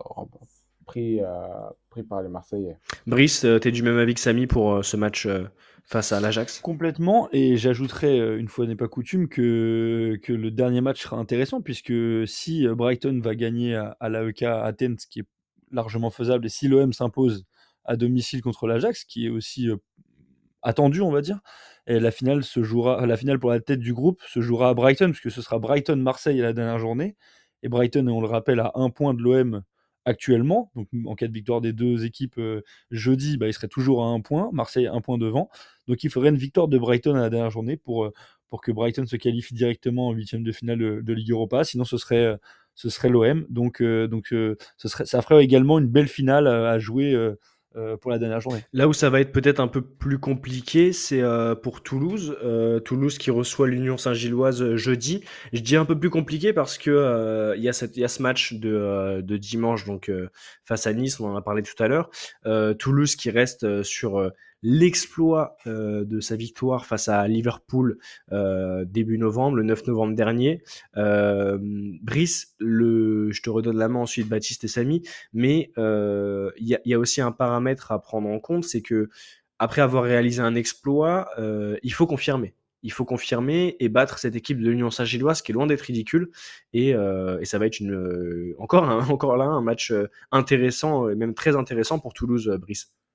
pris, euh, pris par les Marseillais. Brice, euh, t'es du même avis que Samy pour euh, ce match euh, face à l'Ajax? Complètement, et j'ajouterais, euh, une fois n'est pas coutume, que, que le dernier match sera intéressant, puisque si euh, Brighton va gagner à, à l'A E K Athènes, ce qui est largement faisable, et si l'O M s'impose à domicile contre l'Ajax, qui est aussi euh, attendu, on va dire, et la finale se jouera, la finale pour la tête du groupe se jouera à Brighton, puisque ce sera Brighton-Marseille à la dernière journée, et Brighton, on le rappelle, à un point de l'O M actuellement, donc en cas de victoire des deux équipes euh, jeudi, bah, il serait toujours à un point, Marseille un point devant, donc il faudrait une victoire de Brighton à la dernière journée pour, euh, pour que Brighton se qualifie directement en huitième de finale de, de Ligue Europa, sinon ce serait, euh, ce serait l'O M, donc, euh, donc euh, ce serait, ça ferait également une belle finale à, à jouer euh, euh, pour la dernière journée. Là où ça va être peut-être un peu plus compliqué, c'est euh, pour Toulouse. Euh, Toulouse qui reçoit l'Union Saint-Gilloise euh, jeudi. Je dis un peu plus compliqué parce que euh, il y a cette, il y a ce match de, euh, de dimanche donc euh, face à Nice, on en a parlé tout à l'heure. Euh, Toulouse qui reste euh, sur euh, l'exploit euh, de sa victoire face à Liverpool euh, début novembre, le neuf novembre dernier. Euh, Brice, le, je te redonne la main ensuite, Baptiste et Samy, mais euh, il y, a, y a aussi un paramètre à prendre en compte, c'est que après avoir réalisé un exploit, euh, il faut confirmer. Il faut confirmer et battre cette équipe de l'Union Saint-Gilloise qui est loin d'être ridicule. Et, euh, et ça va être une, euh, encore, un, encore là un match euh, intéressant, et même très intéressant pour Toulouse, euh, Brice.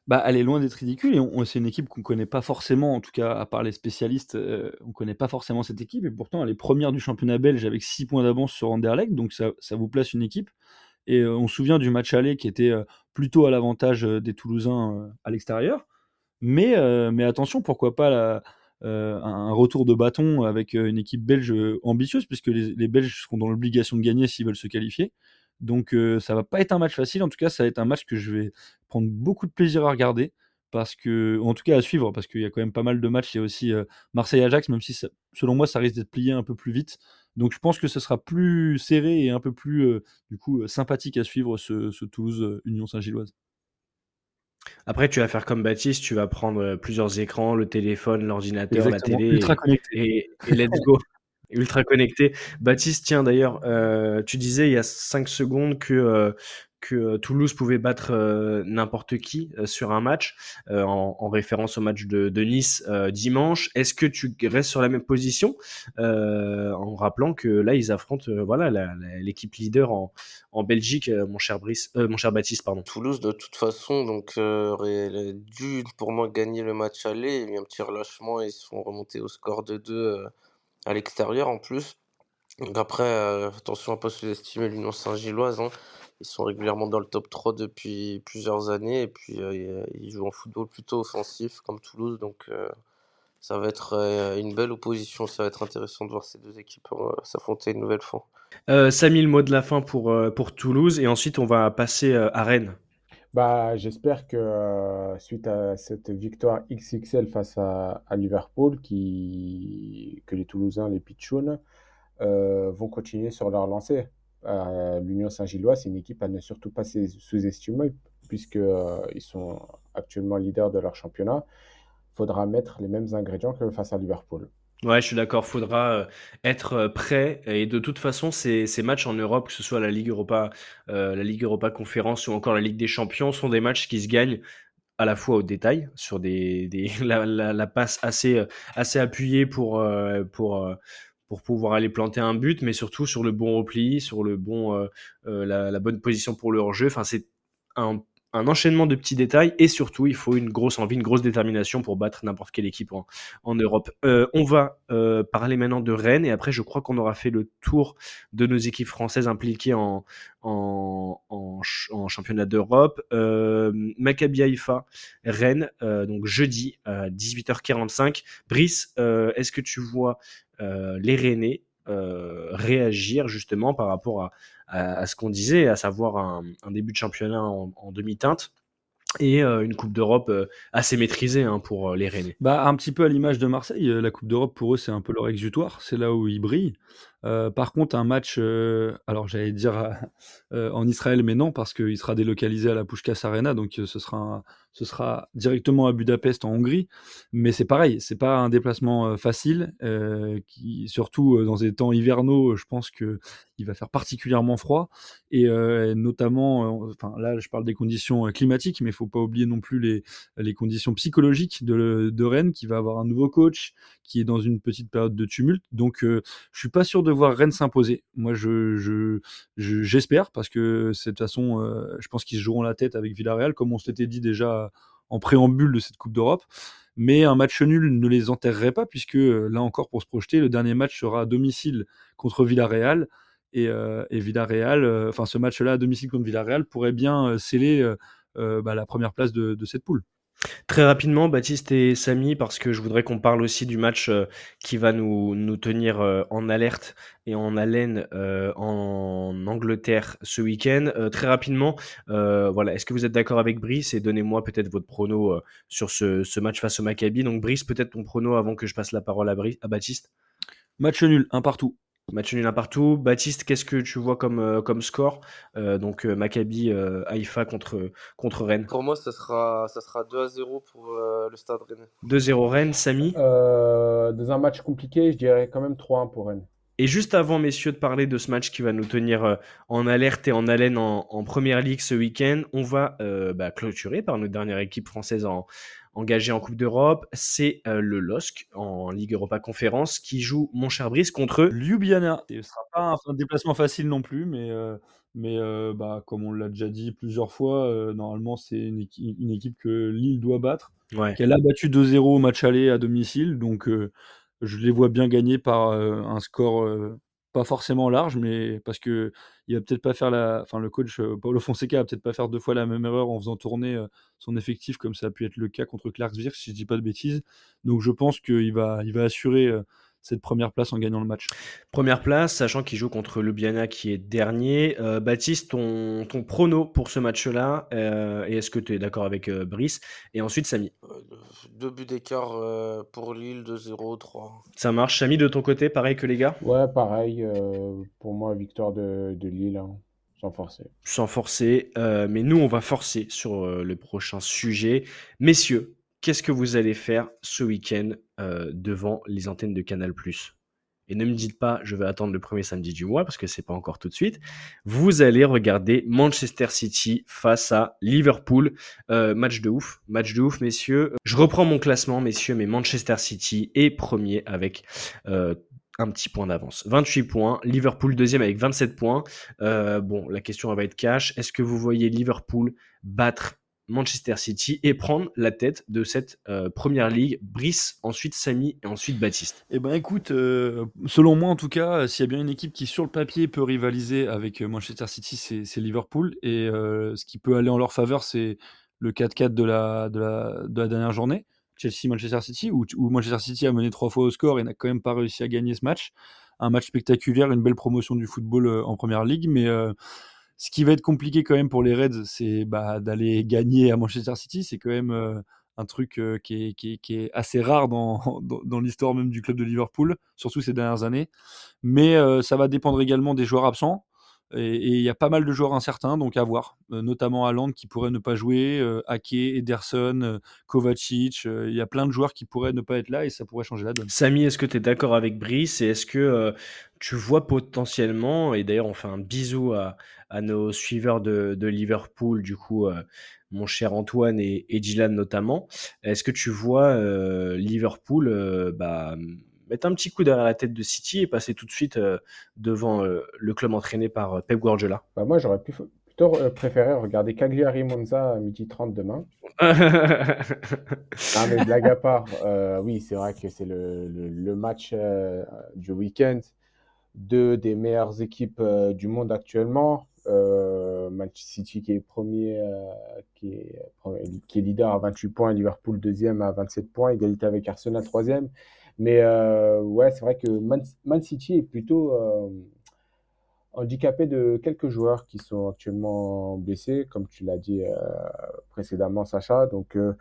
Bah, elle est loin d'être ridicule et on on c'est une équipe qu'on connaît pas forcément, en tout cas à part les spécialistes, heu, on connaît pas forcément cette équipe et pourtant elle est première du championnat belge avec six points d'avance sur Anderlecht, donc ça ça vous place une équipe et heu, on se souvient du match aller qui était, heu, plutôt à l'avantage, heu, des Toulousains, heu, à l'extérieur. Mais heu, mais attention, pourquoi pas la heu, un un retour de bâton avec, heu, une équipe belge, heu, ambitieuse puisque les les Belges seront dans l'obligation de gagner s'ils veulent se qualifier. Donc heu, ça va pas être un match facile. En tout cas, ça va être un match que je vais prendre beaucoup de plaisir à regarder parce que en tout cas à suivre, parce qu'il y a quand même pas mal de matchs. Il y a aussi, heu, Marseille-Ajax, même si ça selon moi, ça risque d'être plié un peu plus vite. Donc je pense que ce sera plus serré et un peu plus, heu, du coup, heu, sympathique à suivre ce ce Toulouse, heu, Union Saint-Gilloise. Après, tu vas faire comme Baptiste, tu vas prendre, heu, plusieurs écrans, le téléphone, l'ordinateur, la Exactement, ultra télé connecté. et et et let's go. Ultra connecté. Baptiste, tiens d'ailleurs, heu, tu disais il y a cinq secondes que, heu, que, heu, Toulouse pouvait battre, heu, n'importe qui, heu, sur un match, heu, en en référence au match de de Nice, heu, dimanche. Est-ce que tu restes sur la même position? Heu, en rappelant que là, ils affrontent, heu, voilà la la l'équipe leader en en Belgique, heu, mon cher Brice heu, mon cher Baptiste, pardon. Toulouse, de toute façon, donc, heu, aurait dû, pour moi, gagner le match aller. Il y a eu un petit relâchement et ils se sont remontés au score de deux, heu, à l'extérieur en plus. Donc après, heu, attention à pas sous-estimer l'Union Saint-Gilloise, hein. Ils sont régulièrement dans le top trois depuis plusieurs années et puis, heu, i ils jouent un football plutôt offensif comme Toulouse, donc heu, ça va être, heu, une belle opposition. Ça va être intéressant de voir ces deux équipes, heu, s'affronter une nouvelle fois. Heu, Samy, le mot de la fin pour, heu, pour Toulouse et ensuite on va passer, heu, à Rennes. Bah, j'espère que euh, suite à cette victoire X X L face à, à Liverpool, qui, que les Toulousains, les Pitchouns, euh, vont continuer sur leur lancée. Euh, L'Union Saint-Gilloise, c'est une équipe à ne surtout pas sous- sous-estimer, puisqu'ils sont actuellement leaders de leur championnat. Il faudra mettre les mêmes ingrédients que face à Liverpool. Ouais, je suis d'accord, faudra, heu, être, heu, prêt et de toute façon, ces ces matchs en Europe, que ce soit la Ligue Europa, heu, la Ligue Europa Conférence ou encore la Ligue des Champions, sont des matchs qui se gagnent à la fois au détail, sur des des la la la passe assez, heu, assez appuyée pour, heu, pour, heu, pour pouvoir aller planter un but, mais surtout sur le bon repli, sur le bon, heu heu, la la bonne position pour le hors-jeu. Enfin, c'est un un enchaînement de petits détails et surtout, il faut une grosse envie, une grosse détermination pour battre n'importe quelle équipe en en Europe. Heu, on va, heu, parler maintenant de Rennes et après je crois qu'on aura fait le tour de nos équipes françaises impliquées en en en ch en championnat d'Europe. Hem, Maccabi Haïfa, Rennes, heu, donc jeudi à dix-huit heures quarante-cinq. Brice, heu, est-ce que tu vois, heu, les Rennais, heu, réagir justement par rapport à à à ce qu'on disait, à savoir un un début de championnat en en demi-teinte et heu, une coupe d'Europe, heu, assez maîtrisée, hein, pour, heu, les Rennais? Bah, un petit peu à l'image de Marseille, heu, la coupe d'Europe pour eux, c'est un peu leur exutoire, c'est là où ils brillent. Heu, par contre un match, heu, alors j'allais dire, heu, en Israël, mais non, parce qu'il sera délocalisé à la Puskás Arena, donc heu, ce sera un ce sera directement à Budapest en Hongrie. Mais c'est pareil, c'est pas un déplacement, heu, facile, heu, qui surtout, heu, dans des temps hivernaux, je pense qu'il va faire particulièrement froid et heu, notamment, heu, enfin là, je parle des conditions, heu, climatiques, mais il faut pas oublier non plus les les conditions psychologiques de, de Rennes, qui va avoir un nouveau coach, qui est dans une petite période de tumulte. Donc, euh, je suis pas sûr de voir Rennes s'imposer. Moi, je, je, je- j'espère, parce que c'est de toute façon, euh, je pense qu'ils se joueront la tête avec Villarreal, comme on s'était dit déjà en préambule de cette Coupe d'Europe. Mais un match nul ne les enterrerait pas, puisque euh, là encore, pour se projeter, le dernier match sera à domicile contre Villarreal. Et, euh, et Villarreal, euh, enfin ce match-là à domicile contre Villarreal pourrait bien euh, sceller euh, euh, bah, la première place de, de cette poule. Très rapidement, Baptiste et Samy, parce que je voudrais qu'on parle aussi du match euh, qui va nous, nous tenir euh, en alerte et en haleine euh, en Angleterre ce week-end. Euh, très rapidement, euh, voilà, est-ce que vous êtes d'accord avec Brice et donnez-moi peut-être votre prono euh, sur ce, ce match face au Maccabi. Donc Brice, peut-être ton prono avant que je passe la parole à, Brice, à Baptiste. Match nul, un partout. Match nul un partout. Baptiste, qu'est-ce que tu vois comme, euh, comme score Euh, Donc euh, Maccabi euh, Haïfa contre, contre Rennes. Pour moi, ça sera ça sera deux à zéro pour, heu, le Stade Rennais. deux zéro Rennes, Samy. Euh, dans un match compliqué, je dirais quand même trois un pour Rennes. Et juste avant, messieurs, de parler de ce match qui va nous tenir euh, en alerte et en haleine en, en Première Ligue ce week-end, on va euh, bah, clôturer par notre dernière équipe française en, engagée en Coupe d'Europe. C'est euh, le L O S C en Ligue Europa Conférence qui joue, mon cher Brice, contre Ljubljana. Ce ne sera pas un, un déplacement facile non plus, mais, euh, Mais euh, bah, comme on l'a déjà dit plusieurs fois, euh, normalement, c'est une, équi- une équipe que Lille doit battre, Ouais. qu'elle a battu deux zéro au match aller à domicile. Donc, euh, je les vois bien gagner par euh, un score euh, pas forcément large, mais parce que il va peut-être pas faire la. Enfin, le coach euh, Paulo Fonseca va peut-être pas faire deux fois la même erreur en faisant tourner euh, son effectif comme ça a pu être le cas contre Clarksville, si je dis pas de bêtises. Donc, je pense qu'il va, il va assurer euh, cette première place en gagnant le match. Première place, sachant qu'il joue contre Ljubljana qui est dernier. Euh, Baptiste, ton, ton prono pour ce match-là, euh, et est-ce que tu es d'accord avec euh, Brice? Et ensuite, Samy. Euh, Deux buts d'écart euh, pour Lille, deux zéro, trois. Ça marche. Samy, de ton côté, pareil que les gars? Ouais, pareil. Euh, pour moi, victoire de, de Lille, hein, sans forcer. Sans forcer, euh, mais nous, on va forcer sur euh, le prochain sujet. Messieurs, qu'est-ce que vous allez faire ce week-end euh, devant les antennes de Canal+? Et ne me dites pas, je vais attendre le premier samedi du mois, parce que c'est pas encore tout de suite. Vous allez regarder Manchester City face à Liverpool. Euh, match de ouf, match de ouf, messieurs. Je reprends mon classement, messieurs, mais Manchester City est premier avec euh, un petit point d'avance. vingt-huit points. Liverpool deuxième avec vingt-sept points. Euh, bon, la question elle va être cash. Est-ce que vous voyez Liverpool battre Manchester City et prendre la tête de cette euh, première ligue? Brice, ensuite Samy et ensuite Baptiste. Eh ben écoute, euh, selon moi en tout cas, s'il y a bien une équipe qui sur le papier peut rivaliser avec euh, Manchester City, c'est, c'est Liverpool. Et euh, ce qui peut aller en leur faveur, c'est le quatre quatre de la, de la, de la dernière journée, Chelsea-Manchester City, où, où Manchester City a mené trois fois au score et n'a quand même pas réussi à gagner ce match. Un match spectaculaire, une belle promotion du football euh, en première ligue, mais euh, ce qui va être compliqué quand même pour les Reds, c'est bah, d'aller gagner à Manchester City. C'est quand même euh, un truc euh, qui, est, qui, est, qui est assez rare dans, dans, dans l'histoire même du club de Liverpool, surtout ces dernières années. Mais euh, ça va dépendre également des joueurs absents. Et il y a pas mal de joueurs incertains, donc à voir. Euh, notamment Haaland qui pourrait ne pas jouer, euh, Ake, Ederson, euh, Kovacic. Il euh, y a plein de joueurs qui pourraient ne pas être là et ça pourrait changer la donne. Samy, est-ce que tu es d'accord avec Brice et est-ce que euh, tu vois potentiellement, et d'ailleurs on fait un bisou à, à nos suiveurs de, de Liverpool, du coup euh, mon cher Antoine et, et Dylan notamment, est-ce que tu vois euh, Liverpool euh, bah, mettre un petit coup derrière la tête de City et passer tout de suite euh, devant euh, le club entraîné par euh, Pep Guardiola? Bah, moi, j'aurais pu- plutôt euh, préféré regarder Cagliari Monza à midi trente demain. Non, mais blague à part, euh, oui, c'est vrai que c'est le, le- le match euh, du week-end. Deux des meilleures équipes euh, du monde actuellement. Euh, Manchester City qui est premier, euh, qui est, qui est leader à vingt-huit points, Liverpool deuxième à vingt-sept points, égalité avec Arsenal troisième. Mais euh, ouais, c'est vrai que Man, Man City est plutôt euh, handicapé de quelques joueurs qui sont actuellement blessés, comme tu l'as dit euh, précédemment, Sacha. Donc, euh,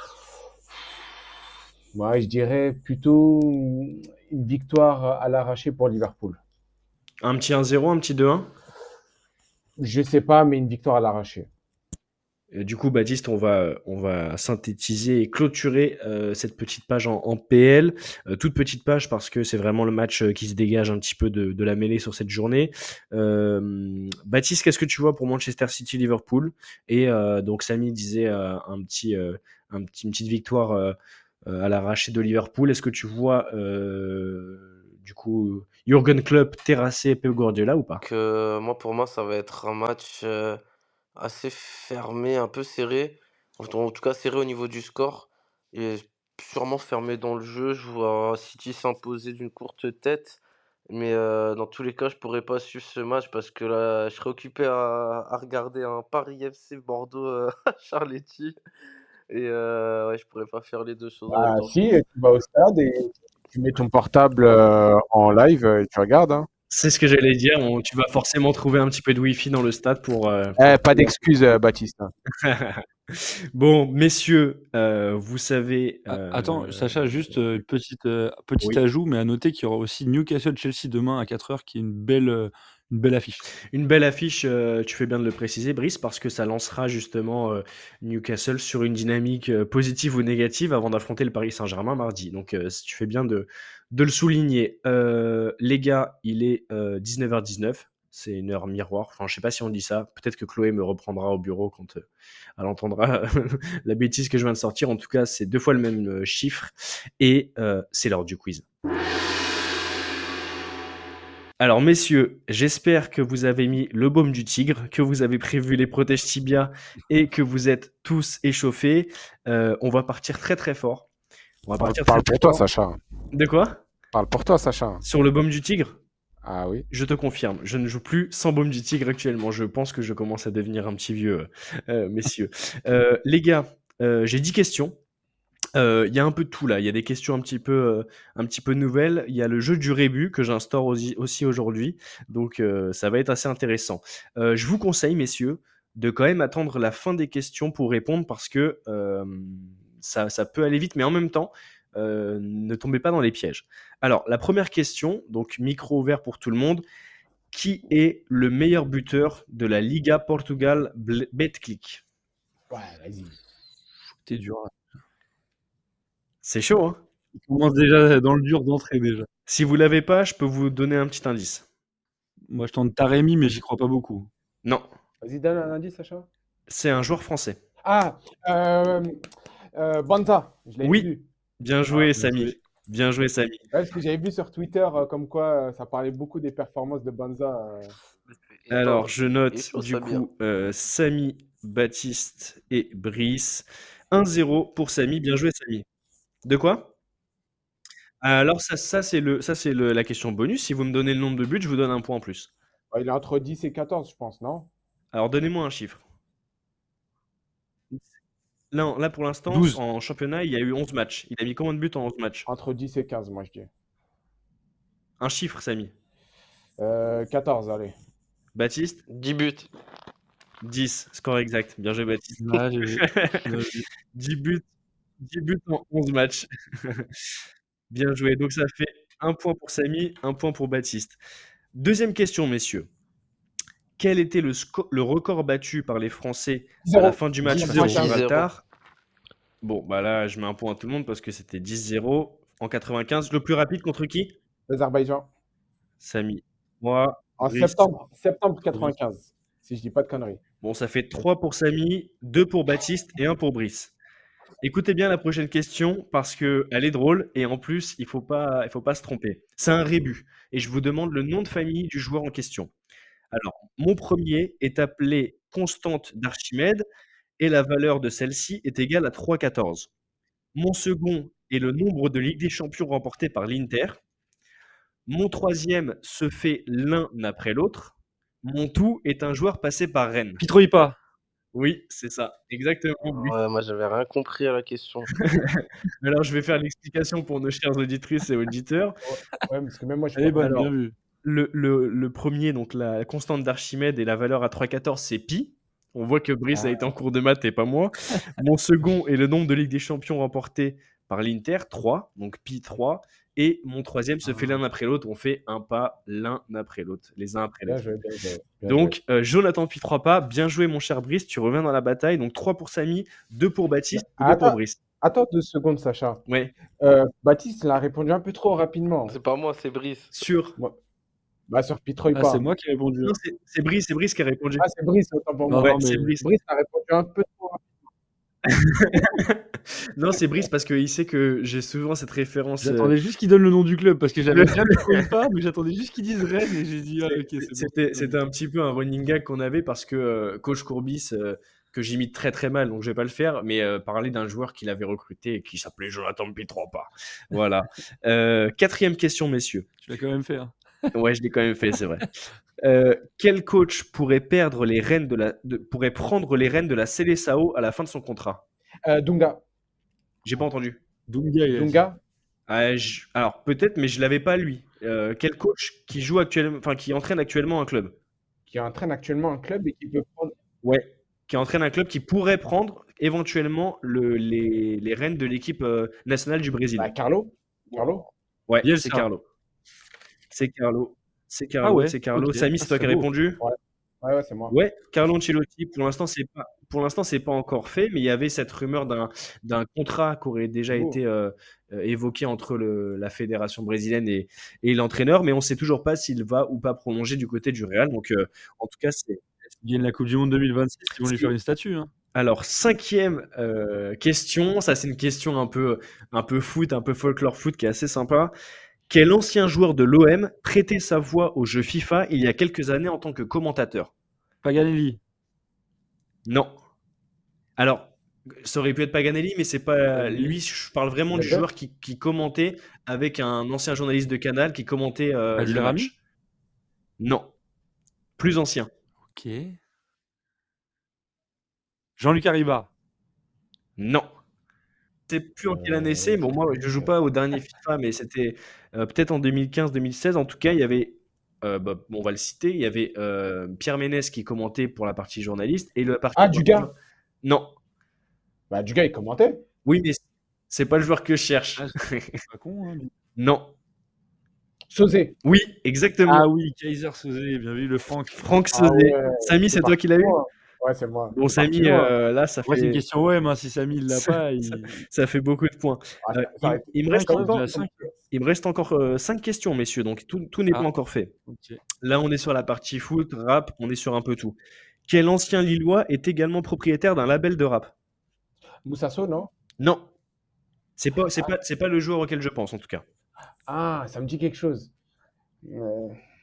moi, je dirais plutôt une victoire à l'arraché pour Liverpool. Un petit un zéro, un petit deux un? Je sais pas, mais une victoire à l'arraché. Euh, Du coup, Baptiste, on va, on va synthétiser et clôturer euh, cette petite page en, en P L. Euh, toute petite page parce que c'est vraiment le match euh, qui se dégage un petit peu de, de la mêlée sur cette journée. Euh, Baptiste, qu'est-ce que tu vois pour Manchester City-Liverpool? Et euh, donc, Samy disait euh, un petit, euh, un petit, une petite victoire euh, euh, à l'arraché de Liverpool. Est-ce que tu vois, euh, du coup, Jürgen Klopp terrasser Pep Guardiola ou pas? Donc, euh, moi, pour moi, ça va être un match euh, assez fermé, un peu serré. En en tout cas, serré au niveau du score. Et sûrement fermé dans le jeu. Je vois City s'imposer d'une courte tête. Mais euh, dans tous les cas, je pourrais pas suivre ce match parce que là, je serais occupé à, à regarder un Paris F C Bordeaux euh, à Charletti. Et euh, ouais, je pourrais pas faire les deux choses en même Ah, temps. si, tu vas au stade et tu mets ton portable euh, en live et tu regardes. Hein. C'est ce que j'allais dire. On- tu vas forcément trouver un petit peu de Wi-Fi dans le stade pour. euh, Eh, pas d'excuses, euh, Baptiste. Hein. Bon, messieurs, euh, vous savez. Ah, euh, attends, Sacha, juste euh, une petite, euh, petit Oui. ajout, mais à noter qu'il y aura aussi Newcastle-Chelsea demain à quatre heures, qui est une belle, euh, une belle affiche. Une belle affiche, euh, tu fais bien de le préciser, Brice, parce que ça lancera justement euh, Newcastle sur une dynamique euh, positive ou négative avant d'affronter le Paris Saint-Germain mardi. Donc, euh, tu fais bien de, de le souligner. Euh, les gars, il est euh, dix-neuf heures dix-neuf. C'est une heure miroir. Enfin, je sais pas si on dit ça. Peut-être que Chloé me reprendra au bureau quand euh, elle entendra la bêtise que je viens de sortir. En tout cas, c'est deux fois le même euh, chiffre. Et euh, c'est l'heure du quiz. Alors, messieurs, j'espère que vous avez mis le baume du tigre, que vous avez prévu les protèges tibia et que vous êtes tous échauffés. Euh, on va partir très très fort. On va Parle, partir parle très pour très toi, fort. Sacha. De quoi? Parle pour toi, Sacha. Sur le baume du tigre? Ah oui. Je te confirme, je ne joue plus sans baume du tigre actuellement. Je pense que je commence à devenir un petit vieux, euh, messieurs. Euh, les gars, euh, j'ai dix questions. Il euh, y a un peu de tout là. Il y a des questions un petit peu, euh, un petit peu nouvelles. Il y a le jeu du rébut que j'instaure aussi, aussi aujourd'hui. Donc euh, ça va être assez intéressant. Euh, je vous conseille, messieurs, de quand même attendre la fin des questions pour répondre parce que euh, ça, ça peut aller vite, mais en même temps, euh, ne tombez pas dans les pièges. Alors, la première question, donc micro ouvert pour tout le monde. Qui est le meilleur buteur de la Liga Portugal Betclic? Ouais, vas-y. T'es dur. Hein. C'est chaud, hein? Il commence déjà dans le dur d'entrée déjà. Si vous l'avez pas, je peux vous donner un petit indice. Moi, je tente Taremi, mais j'y crois pas beaucoup. Non. Vas-y, donne un indice, Sacha. C'est un joueur français. Ah, euh, euh, Banza. Je l'ai Oui. vu. Bien joué, Ah, bien Samy. joué. Bien joué, Samy. Ouais, parce que j'avais vu sur Twitter euh, comme quoi euh, ça parlait beaucoup des performances de Banza. euh. Alors, je note il faut du ça bien. coup euh, Samy, Baptiste et Brice. un zéro pour Samy. Bien joué, Samy. De quoi? Alors, ça, ça c'est le, ça, c'est le- la question bonus. Si vous me donnez le nombre de buts, je vous donne un point en plus. Ouais, il est entre dix et quatorze, je pense, non? Alors, donnez-moi un chiffre. Là, là, pour l'instant, douze. en championnat, il y a eu onze matchs. Il a mis combien de buts en onze matchs? Entre dix et quinze, moi, je dis. Un chiffre, Samy. Euh, quatorze, allez. Baptiste? dix buts. dix, score exact. Bien joué, Baptiste. Ouais, j'ai vu. Bien vu. dix buts, dix buts en onze matchs. Bien joué. Donc ça fait un point pour Samy, un point pour Baptiste. Deuxième question, messieurs. Quel était le, sco- le record battu par les Français à la fin du match dix face zéro. à dix zéro. Gibraltar? Bon, bah là, je mets un point à tout le monde parce que c'était dix zéro en quatre-vingt-quinze. Le plus rapide contre qui? L'Azerbaïdjan. Samy. Moi, En Brice. septembre, septembre quatre-vingt-quinze, si je dis pas de conneries. Bon, ça fait trois pour Samy, deux pour Baptiste et un pour Brice. Écoutez bien la prochaine question parce qu'elle est drôle et en plus, il ne faut pas, il faut pas se tromper. C'est un rébut et je vous demande le nom de famille du joueur en question. Alors, mon premier est appelé constante d'Archimède et la valeur de celle-ci est égale à trois virgule quatorze. Mon second est le nombre de Ligue des Champions remportés par l'Inter. Mon troisième se fait l'un après l'autre. Mon tout est un joueur passé par Rennes. Pitroipa. Oui, c'est ça, exactement. Oui. Ouais, moi, j'avais rien compris à la question. Alors, je vais faire l'explication pour nos chères auditrices et auditeurs. Ouais, parce que même moi, je Elle est bonne, Alors, bien vu. Le, le- le premier, donc la constante d'Archimède et la valeur à trois virgule quatorze, c'est pi. On voit que Brice a été en cours de maths et pas moi. Mon second est le nombre de Ligue des Champions remportés par l'Inter, trois, donc pi trois. Et mon troisième se fait l'un après l'autre. On fait un pas l'un après l'autre, les uns après les Bien autres. joué, bien joué. bien Donc, euh, Jonathan pi trois pas, bien joué mon cher Brice, tu reviens dans la bataille. Donc trois pour Samy, deux pour Baptiste, deux Attends. pour Brice. joué. Attends deux secondes, Sacha. Ouais, Euh, Baptiste, il a répondu un peu trop rapidement. C'est pas moi, c'est Brice. sûr. Bah, sur Pitroipa. Ah, c'est moi qui ai répondu. Non, c'est c'est Brice, c'est Brice qui a répondu. Ah, c'est Brice, autant pour Non, moi. Ouais, mais- c'est Brice. Brice a répondu un peu trop rapidement. Non, c'est Brice parce qu'il sait que j'ai souvent cette référence. euh, J'attendais juste qu'il donne le nom du club parce que j'avais bien Pitroipa, mais j'attendais juste qu'il dise Rennes et j'ai dit ah, ok, c'est bon. C'était c'était un petit peu un running gag qu'on avait parce que euh, coach Courbis, euh, que j'imite très très mal, donc je vais pas le faire, mais euh, parler d'un joueur qu'il avait recruté et qui s'appelait Jonathan Pitroipa. Voilà. Euh, quatrième question, messieurs. Tu l'as quand même fait. Hein. Ouais, je l'ai quand même fait, c'est vrai. Euh, quel coach pourrait perdre les rênes de la, de- pourrait prendre les rênes de la Seleção à la fin de son contrat? Euh, Dunga. J'ai pas entendu. Dunga, il a dit. Dunga. Ah, je- alors peut-être, mais je l'avais pas lui. Euh, quel coach qui joue actuellement, enfin qui entraîne actuellement un club? Qui entraîne actuellement un club et qui peut prendre. Ouais. Qui entraîne un club qui pourrait prendre éventuellement le, les, les rênes de l'équipe euh, nationale du Brésil. Bah, Carlo. Carlo. Ouais, Bielsa. c'est Carlo. C'est Carlo. C'est Carlo. Ah ouais, C'est Carlo. ok. Samy, Ah, c'est toi c'est qui as beau. répondu? Ouais, ouais, c'est moi. Ouais, Carlo Ancelotti. Pour l'instant, c'est pas. Pour l'instant, c'est pas encore fait, mais il y avait cette rumeur d'un d'un contrat qui aurait déjà Oh. été euh, euh, évoqué entre le, la fédération brésilienne et, et l'entraîneur, mais on sait toujours pas s'il va ou pas prolonger du côté du Real. Donc, euh, en tout cas, c'est. Il gagne la Coupe du Monde deux mille vingt-six, ils vont lui Si. faire une statue. Hein. Alors, cinquième euh, question, ça c'est une question un peu, un peu foot, un peu folklore foot qui est assez sympa. Quel ancien joueur de l'O M prêtait sa voix au jeu FIFA il y a quelques années en tant que commentateur? Paganelli. Non. Alors, ça aurait pu être Paganelli, mais c'est pas Paganelli. lui. Je parle vraiment du D'accord. joueur qui, qui commentait avec un ancien journaliste de Canal qui commentait euh, Adil le Rami. match. Non. Plus ancien. Ok. Jean-Luc Arriba. Non. Je sais plus en quelle année Euh, c'est. Bon, moi, je joue pas au dernier FIFA, mais c'était euh, peut-être en deux mille quinze deux mille seize. En tout cas, il y avait, euh, bah, bon, on va le citer, il y avait euh, Pierre Ménès qui commentait pour la partie journaliste et la partie. Ah, Dugas. Non. Bah, Dugas, il commentait. Oui, mais c'est pas le joueur que je cherche. Ah, c'est pas con, hein, mais- Non. Sauzé. Oui, exactement. Ah oui, Kaiser Sosé, bien vu, le Franck. Franck Ah Sauzé. ouais, Samy, c'est toi qui l'as eu? loin. Ouais, c'est moi. Bon, C'est parti Samy, loin. euh, là, ça Après, c'est une fait, question O M, hein, si Samy il l'a Ça- pas, il... ça- ça fait beaucoup de points. Ah, Euh, ça il, aurait été il me cinq, reste il est encore, déjà cinq. il me reste encore cinq questions, messieurs, donc tout, tout n'est Ah. pas encore fait. Ok. Là, on est sur la partie foot, rap, on est sur un peu tout. Quel ancien Lillois est également propriétaire d'un label de rap? Moussasso, non? Non. C'est pas, c'est pas, c'est pas le joueur auquel je pense, en tout cas. Ah, ça me dit quelque chose. Euh,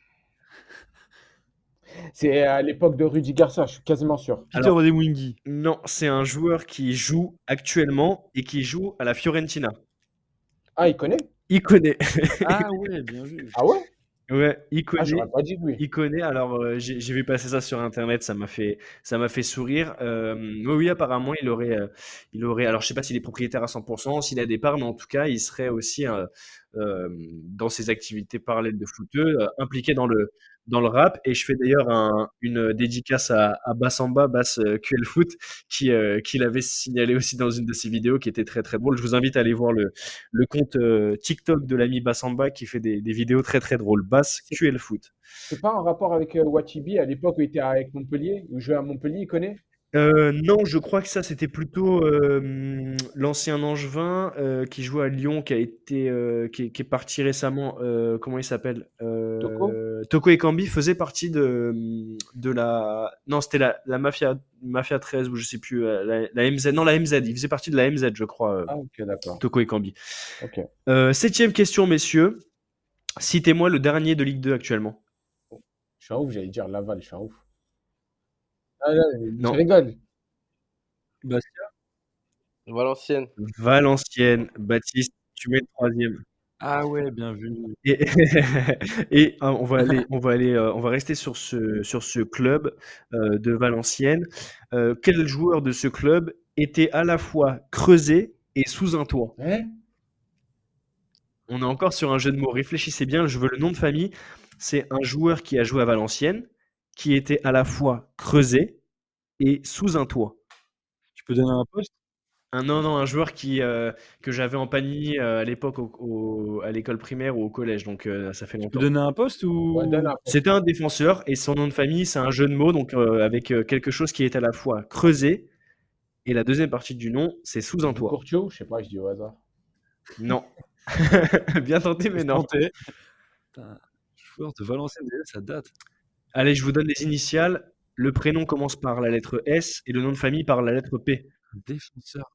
C'est à l'époque de Rudy Garcia, je suis quasiment sûr. Peter Alors- Odemwingie. Non, c'est un joueur qui joue actuellement et qui joue à la Fiorentina. Ah, il connaît? Il connaît. Ah ouais, bien vu. Ah ouais? Ouais, il Ah, connaît. j'aurais pas dit oui. Il connaît, alors euh, j'ai j'ai vu passer ça sur internet, ça m'a fait, ça m'a fait sourire. Euh, oui, oui, apparemment, il aurait, euh, il aurait, alors je sais pas s'il est propriétaire à cent pour cent, s'il a des parts, mais en tout cas, il serait aussi euh, euh, dans ses activités parallèles de footeux, euh, impliqué dans le, dans le rap. Et je fais d'ailleurs un- une dédicace à, à Bassamba, Bass euh, Q L Foot, qui, euh, qui l'avait signalé aussi dans une de ses vidéos, qui était très très drôle. Je vous invite à aller voir le, le compte euh, TikTok de l'ami Bassamba, qui fait des, des vidéos très très drôles. Bass Q L Foot. C'est pas en rapport avec euh, Watibi à l'époque où il était avec Montpellier, où il jouait à Montpellier, il connaît? Euh, non, je crois que ça, c'était plutôt euh, hum, l'ancien Angevin euh, qui joue à Lyon, qui a été, euh, qui, est, qui est parti récemment. Euh, comment il s'appelle? Euh, Toko Toko Ekambi faisait partie de, hum, de la. Non, c'était la, la Mafia, Mafia treize, ou je sais plus. euh, La, la M Z. Non, la M Z. Il faisait partie de la M Z, je crois. euh, Ah, ok, d'accord. Toko Ekambi. Ok. Euh, septième question, messieurs. Citez-moi le dernier de Ligue deux actuellement. Je suis un ouf, j'allais dire Laval, je suis un ouf. Ah, là, Non. je rigole. Bastia. Valenciennes. Valenciennes. Baptiste, tu mets le troisième. Ah ouais, bien vu. Et, et euh, on va aller, on va aller, euh, on va rester sur ce, sur ce club euh, de Valenciennes. Euh, quel joueur de ce club était à la fois creusé et sous un toit? Hein? On est encore sur un jeu de mots. Réfléchissez bien. Je veux le nom de famille. C'est un joueur qui a joué à Valenciennes, qui était à la fois creusé et sous un toit. Tu peux donner un poste? Un non, non, un joueur qui euh, que j'avais en Panini euh, à l'époque au, au- à l'école primaire ou au collège. Donc euh, ça fait Tu peux longtemps. donner un poste ou... Ouais, donne un poste. C'était un défenseur et son nom de famille, c'est un jeu de mots, donc euh, avec euh, quelque chose qui est à la fois creusé et la deuxième partie du nom, c'est sous un toit. Courtiot, je sais pas, je dis au hasard. Non. Bien tenté, mais non. Tenté. Putain, joueur de Valenciennes, déjà, ça date. Allez, je vous donne les initiales. Le prénom commence par la lettre S et le nom de famille par la lettre P. Un défenseur.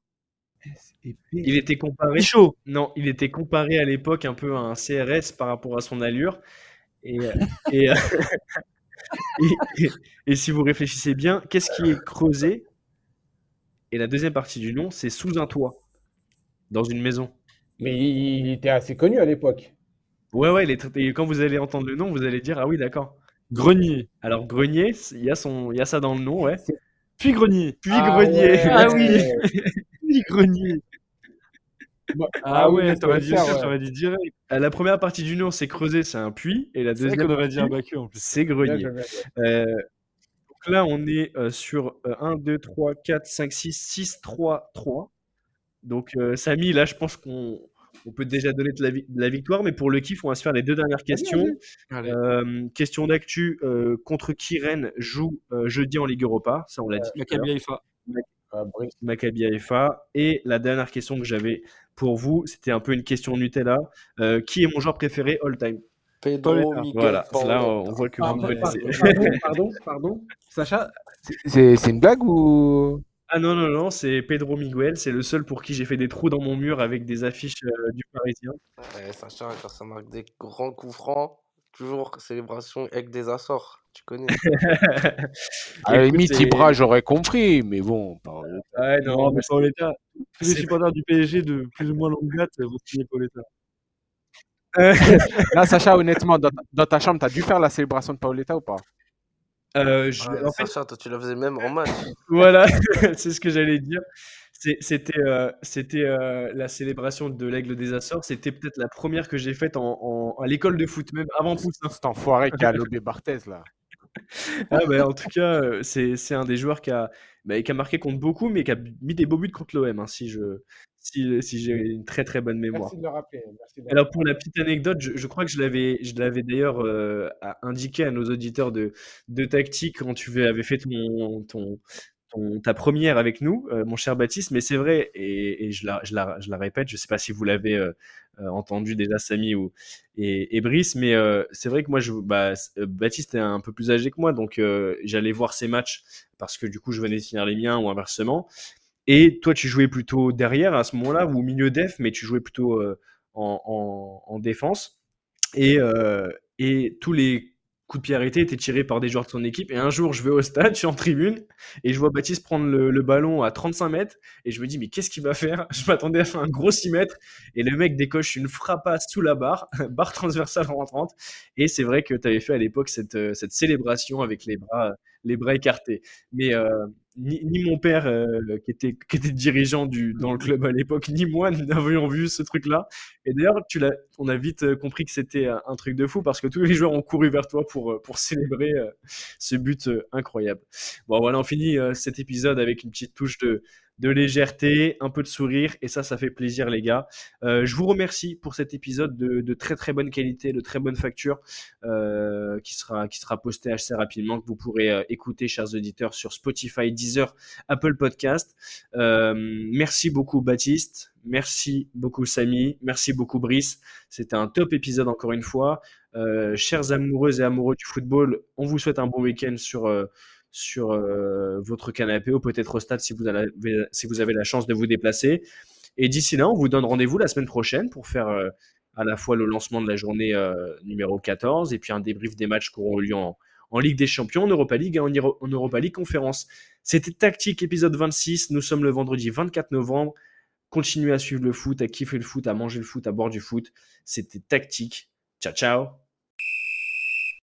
Il était comparé. Michaud. Non, il était comparé à l'époque un peu à un C R S par rapport à son allure. Et, euh, et, euh, et, et- et si vous réfléchissez bien, qu'est-ce qui est creusé? Et la deuxième partie du nom, c'est sous un toit, dans une maison. Mais il était assez connu à l'époque. Ouais, ouais, il est tr- et quand vous allez entendre le nom, vous allez dire, ah oui, d'accord. Grenier. Alors, Grenier, c'est- il y a son, il y a ça dans le nom, ouais. Puis Grenier. Puis Ah Grenier. ouais. Ah oui. Puis Grenier. Bah, Ah, oui, ouais, ça t'aurais doit dit le faire, ça, ouais. t'aurais dit direct. Euh, La première partie du nom, c'est creusé, c'est un puits. Et la C'est vrai deuxième qu'on aurait dit un partie, bacu en plus. c'est Bien Grenier. joué, bien joué. Euh, donc là, on est euh, sur euh, un, deux, trois, quatre, cinq, six, six, trois, trois. Donc, euh, Samy, là, je pense qu'on on peut déjà donner de la, vi- de la victoire, mais pour le kiff, on va se faire les deux dernières questions. Allez. Euh, question d'actu, euh, contre qui Rennes joue euh, jeudi en Ligue Europa? Ça, on l'a dit. tout à Maccabi l'heure. Haïfa. Ah, Brice. Maccabi Haïfa. Et la dernière question que j'avais pour vous, c'était un peu une question Nutella. Euh, qui est mon joueur préféré all time? Pedro Pauletta. Miguel Voilà, Pauletta. là, on voit que vous Pardon, me pardon, connaissez. pardon, pardon, pardon. Sacha, c'est c'est une blague ou... Ah non, non, non, c'est Pedro Miguel, c'est le seul pour qui j'ai fait des trous dans mon mur avec des affiches euh, du Parisien. Ouais, Sacha, quand ça marque des grands coups francs, toujours célébration avec des Açores, tu connais. À la Écoute, limite, c'est. Ibra, j'aurais compris, mais bon, pas- Ouais, non, Non, moi, mais c'est- Paoletta, tous les c'est- supporters du P S G de plus ou moins longue date vont signer Paoletta. Là, Sacha, honnêtement, dans ta, dans ta chambre, t'as dû faire la célébration de Paoletta ou pas? Euh, je- Ouais, en fait, Sacha, toi, tu la faisais même en match. voilà, c'est ce que j'allais dire. C'est- C'était euh, c'était euh, la célébration de l'Aigle des Açores. C'était peut-être la première que j'ai faite en, en- à l'école de foot, même avant Poussin. Cet enfoiré qui a lobé Barthez, là. Ah, bah, en tout cas, euh, c'est c'est un des joueurs qui a, bah, qui a marqué contre beaucoup, mais qui a mis des beaux buts contre l'O M, hein, si je, si, si j'ai une très très bonne mémoire. Merci de le rappeler. Merci de le Alors rappeler. pour la petite anecdote, je, je crois que je l'avais, je l'avais d'ailleurs euh, à- indiqué à nos auditeurs de, de tactique quand tu avais fait ton, ton, ton- ta première avec nous, euh, mon cher Baptiste, mais c'est vrai, et, et je, la, je, la, je la répète, je ne sais pas si vous l'avez euh, euh, entendu déjà, Samy ou, et, et Brice, mais euh, c'est vrai que moi, je, bah, c- euh, Baptiste est un peu plus âgé que moi, donc euh, j'allais voir ses matchs parce que du coup, je venais de finir les miens ou inversement. Et toi, tu jouais plutôt derrière à ce moment-là, ou au milieu def, mais tu jouais plutôt euh, en, en- en défense. Et, euh, et tous les coups de pied arrêtés étaient tirés par des joueurs de son équipe. Et un jour, je vais au stade, je suis en tribune, et je vois Baptiste prendre le, le ballon à trente-cinq mètres. Et je me dis, mais qu'est-ce qu'il va faire? Je m'attendais à faire un gros six mètres. Et le mec décoche une frappasse sous la barre, barre transversale rentrante. Et c'est vrai que tu avais fait à l'époque cette, euh, cette célébration avec les bras, les bras écartés. Mais euh, ni, ni mon père, euh, qui, était, qui était dirigeant du, dans le club à l'époque, ni moi n'avions vu ce truc-là. Et d'ailleurs, tu l'as, on a vite euh, compris que c'était euh, un truc de fou parce que tous les joueurs ont couru vers toi pour, euh, pour célébrer euh, ce but euh, incroyable. Bon, voilà, on finit euh, cet épisode avec une petite touche de, de légèreté, un peu de sourire, et ça, ça fait plaisir, les gars. Euh, je vous remercie pour cet épisode de, de très très bonne qualité, de très bonne facture, euh, qui sera, qui sera posté assez rapidement, que vous pourrez euh, écouter, chers auditeurs, sur Spotify, Deezer, Apple Podcast. Euh, merci beaucoup, Baptiste. Merci beaucoup, Samy. Merci beaucoup, Brice. C'était un top épisode encore une fois. Euh, chers amoureuses et amoureux du football, on vous souhaite un bon week-end sur, euh, sur euh, votre canapé ou peut-être au stade si vous, avez, si vous avez la chance de vous déplacer. Et d'ici là, on vous donne rendez-vous la semaine prochaine pour faire euh, à la fois le lancement de la journée euh, numéro quatorze et puis un débrief des matchs qui auront eu lieu en, en Ligue des Champions, en Europa League et en, Iro- en Europa League Conférence. C'était Tactique épisode vingt-six. Nous sommes le vendredi vingt-quatre novembre. Continuez à suivre le foot, à kiffer le foot, à manger le foot, à boire du foot. C'était Tactique. Ciao, ciao.